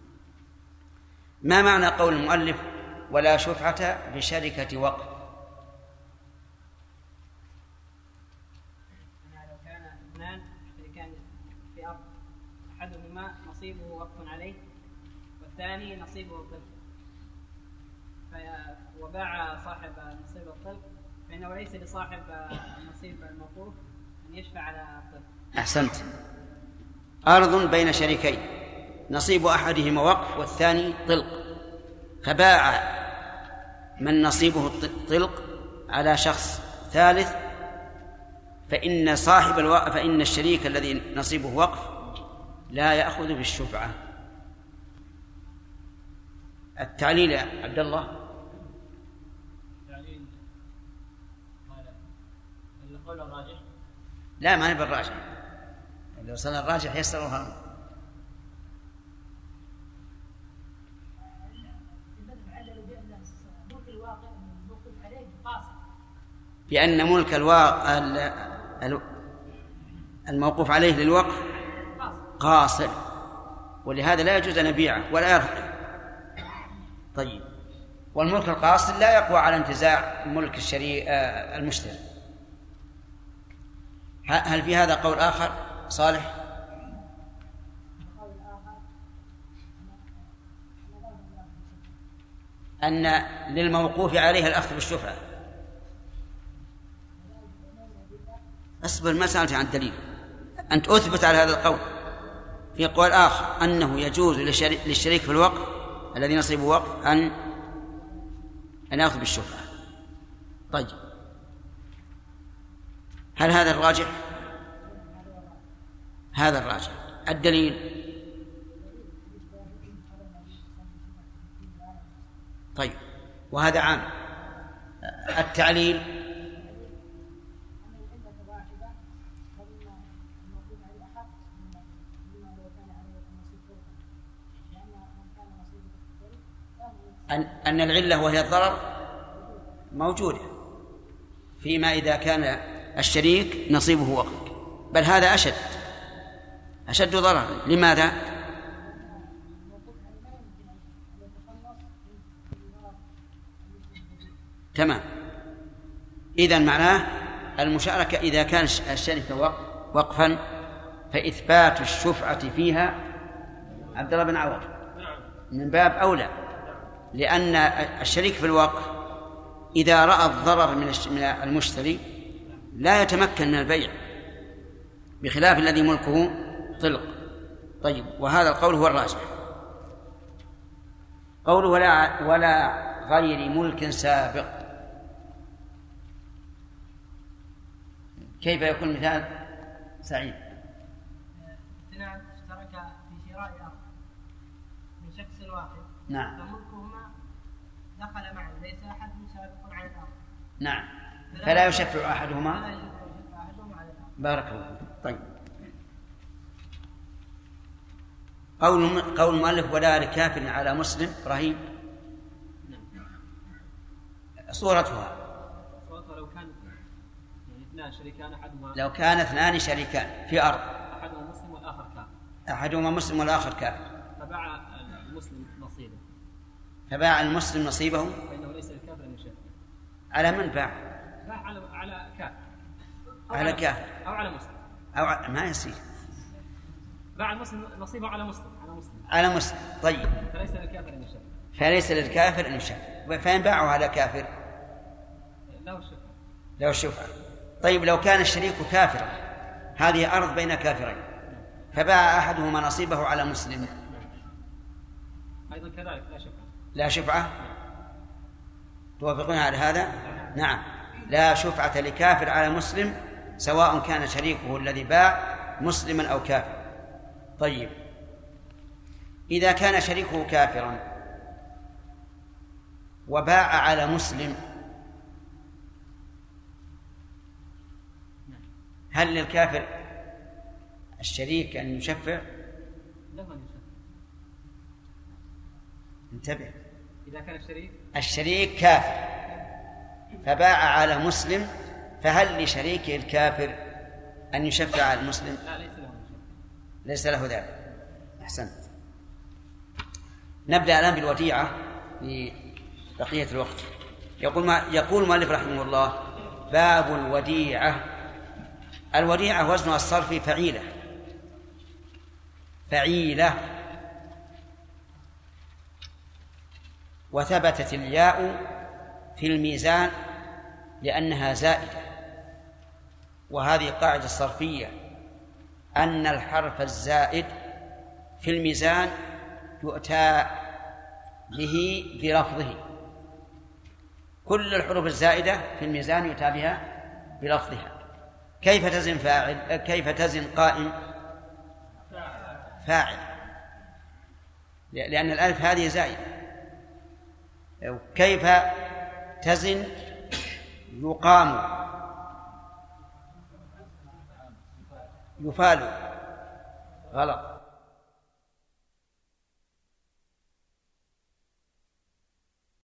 ما معنى قول المؤلف ولا شفعة بشركة وقف؟ لو كان اثنان شريكان في أرض، أحدهما نصيبه وقف عليه والثاني نصيبه الطلق، وباع صاحب نصيب الطلق، فإنه ليس لصاحب النصيب الموقوف أن يشفع على الطلق. أحسنت. أرض بين شريكين نصيب أحدهما وقف والثاني طلق، فباع من نصيبه الطلق على شخص ثالث، فإن الشريك الذي نصيبه وقف لا يأخذ بالشفعة. التعليل يا عبد الله. القول الراجح؟ لا، ما نبي الراجح. لو صار الراجح يسرها. بأن ملك الموقوف عليه للوقف قاصر، ولهذا لا يجوز أن يبيعه ولا يرهق. طيب، والملك القاصر لا يقوى على انتزاع ملك المشتري. هل في هذا قول آخر صالح؟ أن للموقوف عليه الأخذ بالشفعة. أصبر، ما سألت عن الدليل، أنت أثبت على هذا القول. في قول آخر أنه يجوز للشريك في الوقف الذي نصيبه وقف أن يأخذ بالشفعة. طيب، هل هذا الراجح؟ هذا الراجح. الدليل؟ طيب، وهذا عام. التعليل؟ أن العلة وهي الضرر موجودة فيما إذا كان الشريك نصيبه وقف، بل هذا أشد ضررا. لماذا؟ تمام. إذن معناه المشاركة إذا كان الشركة وقفا فإثبات الشفعة فيها عبد الله بن عوض من باب أولى، لأن الشريك في الوقف إذا رأى الضرر من المشتري لا يتمكن من البيع، بخلاف الذي ملكه طلق. طيب، وهذا القول هو الراجح. قوله ولا غير ملك سابق، كيف يكون مثال سعيد؟ اثنان اشتركا في شراء أرض من شخص واحد، نعم، فملكهما دخل معا، ليس أحد سابق على الأرض، نعم، فلا يشفع أحدهما. بارك الله. طيب، قول المؤلف ولا لكافر على مسلم. إبراهيم، صورتها لو كان اثنان شريكان في أرض، أحدهما مسلم والآخر كافر، فباع المسلم نصيبه، فإنه ليس الكافر من شيء. على من باع؟ على كافر، على كافر أو على مسلم، ما يصير. باع المسلم نصيبه على مسلم. طيب، فليس للكافر أن يشفع. فإن باعه على كافر له الشفعة. طيب، لو كان الشريك كافرا هذه أرض بين كافرين فباع أحدهما نصيبه على مسلم أيضا كذلك لا شفعة. توافقون على هذا؟ نعم، لا شفعة لكافر على مسلم سواء كان شريكه الذي باع مسلما أو كافر. طيب، إذا كان شريكه كافرا وباع على مسلم هل للكافر الشريك أن يشفع؟ انتبه، إذا كان الشريك كافر فباع على مسلم فهل لشريكه الكافر أن يشفع على المسلم؟ لا، ليس له ذلك. أحسنت. نبدأ الآن بالوديعة لبقية الوقت. يقول المؤلف رحمه الله: باب الوديعة. الوديعة وزنها الصرفي فعيلة، وثبتت الياء في الميزان لأنها زائدة، وهذه قاعدة صرفية أن الحرف الزائد في الميزان يؤتى به بلفظه. كل الحروف الزائدة في الميزان يؤتى بها بلفظها. كيف تزن فاعل؟ كيف تزن قائم؟ فاعل، لأن الألف هذه زائدة. كيف تزن يقام؟ يفال، غلط.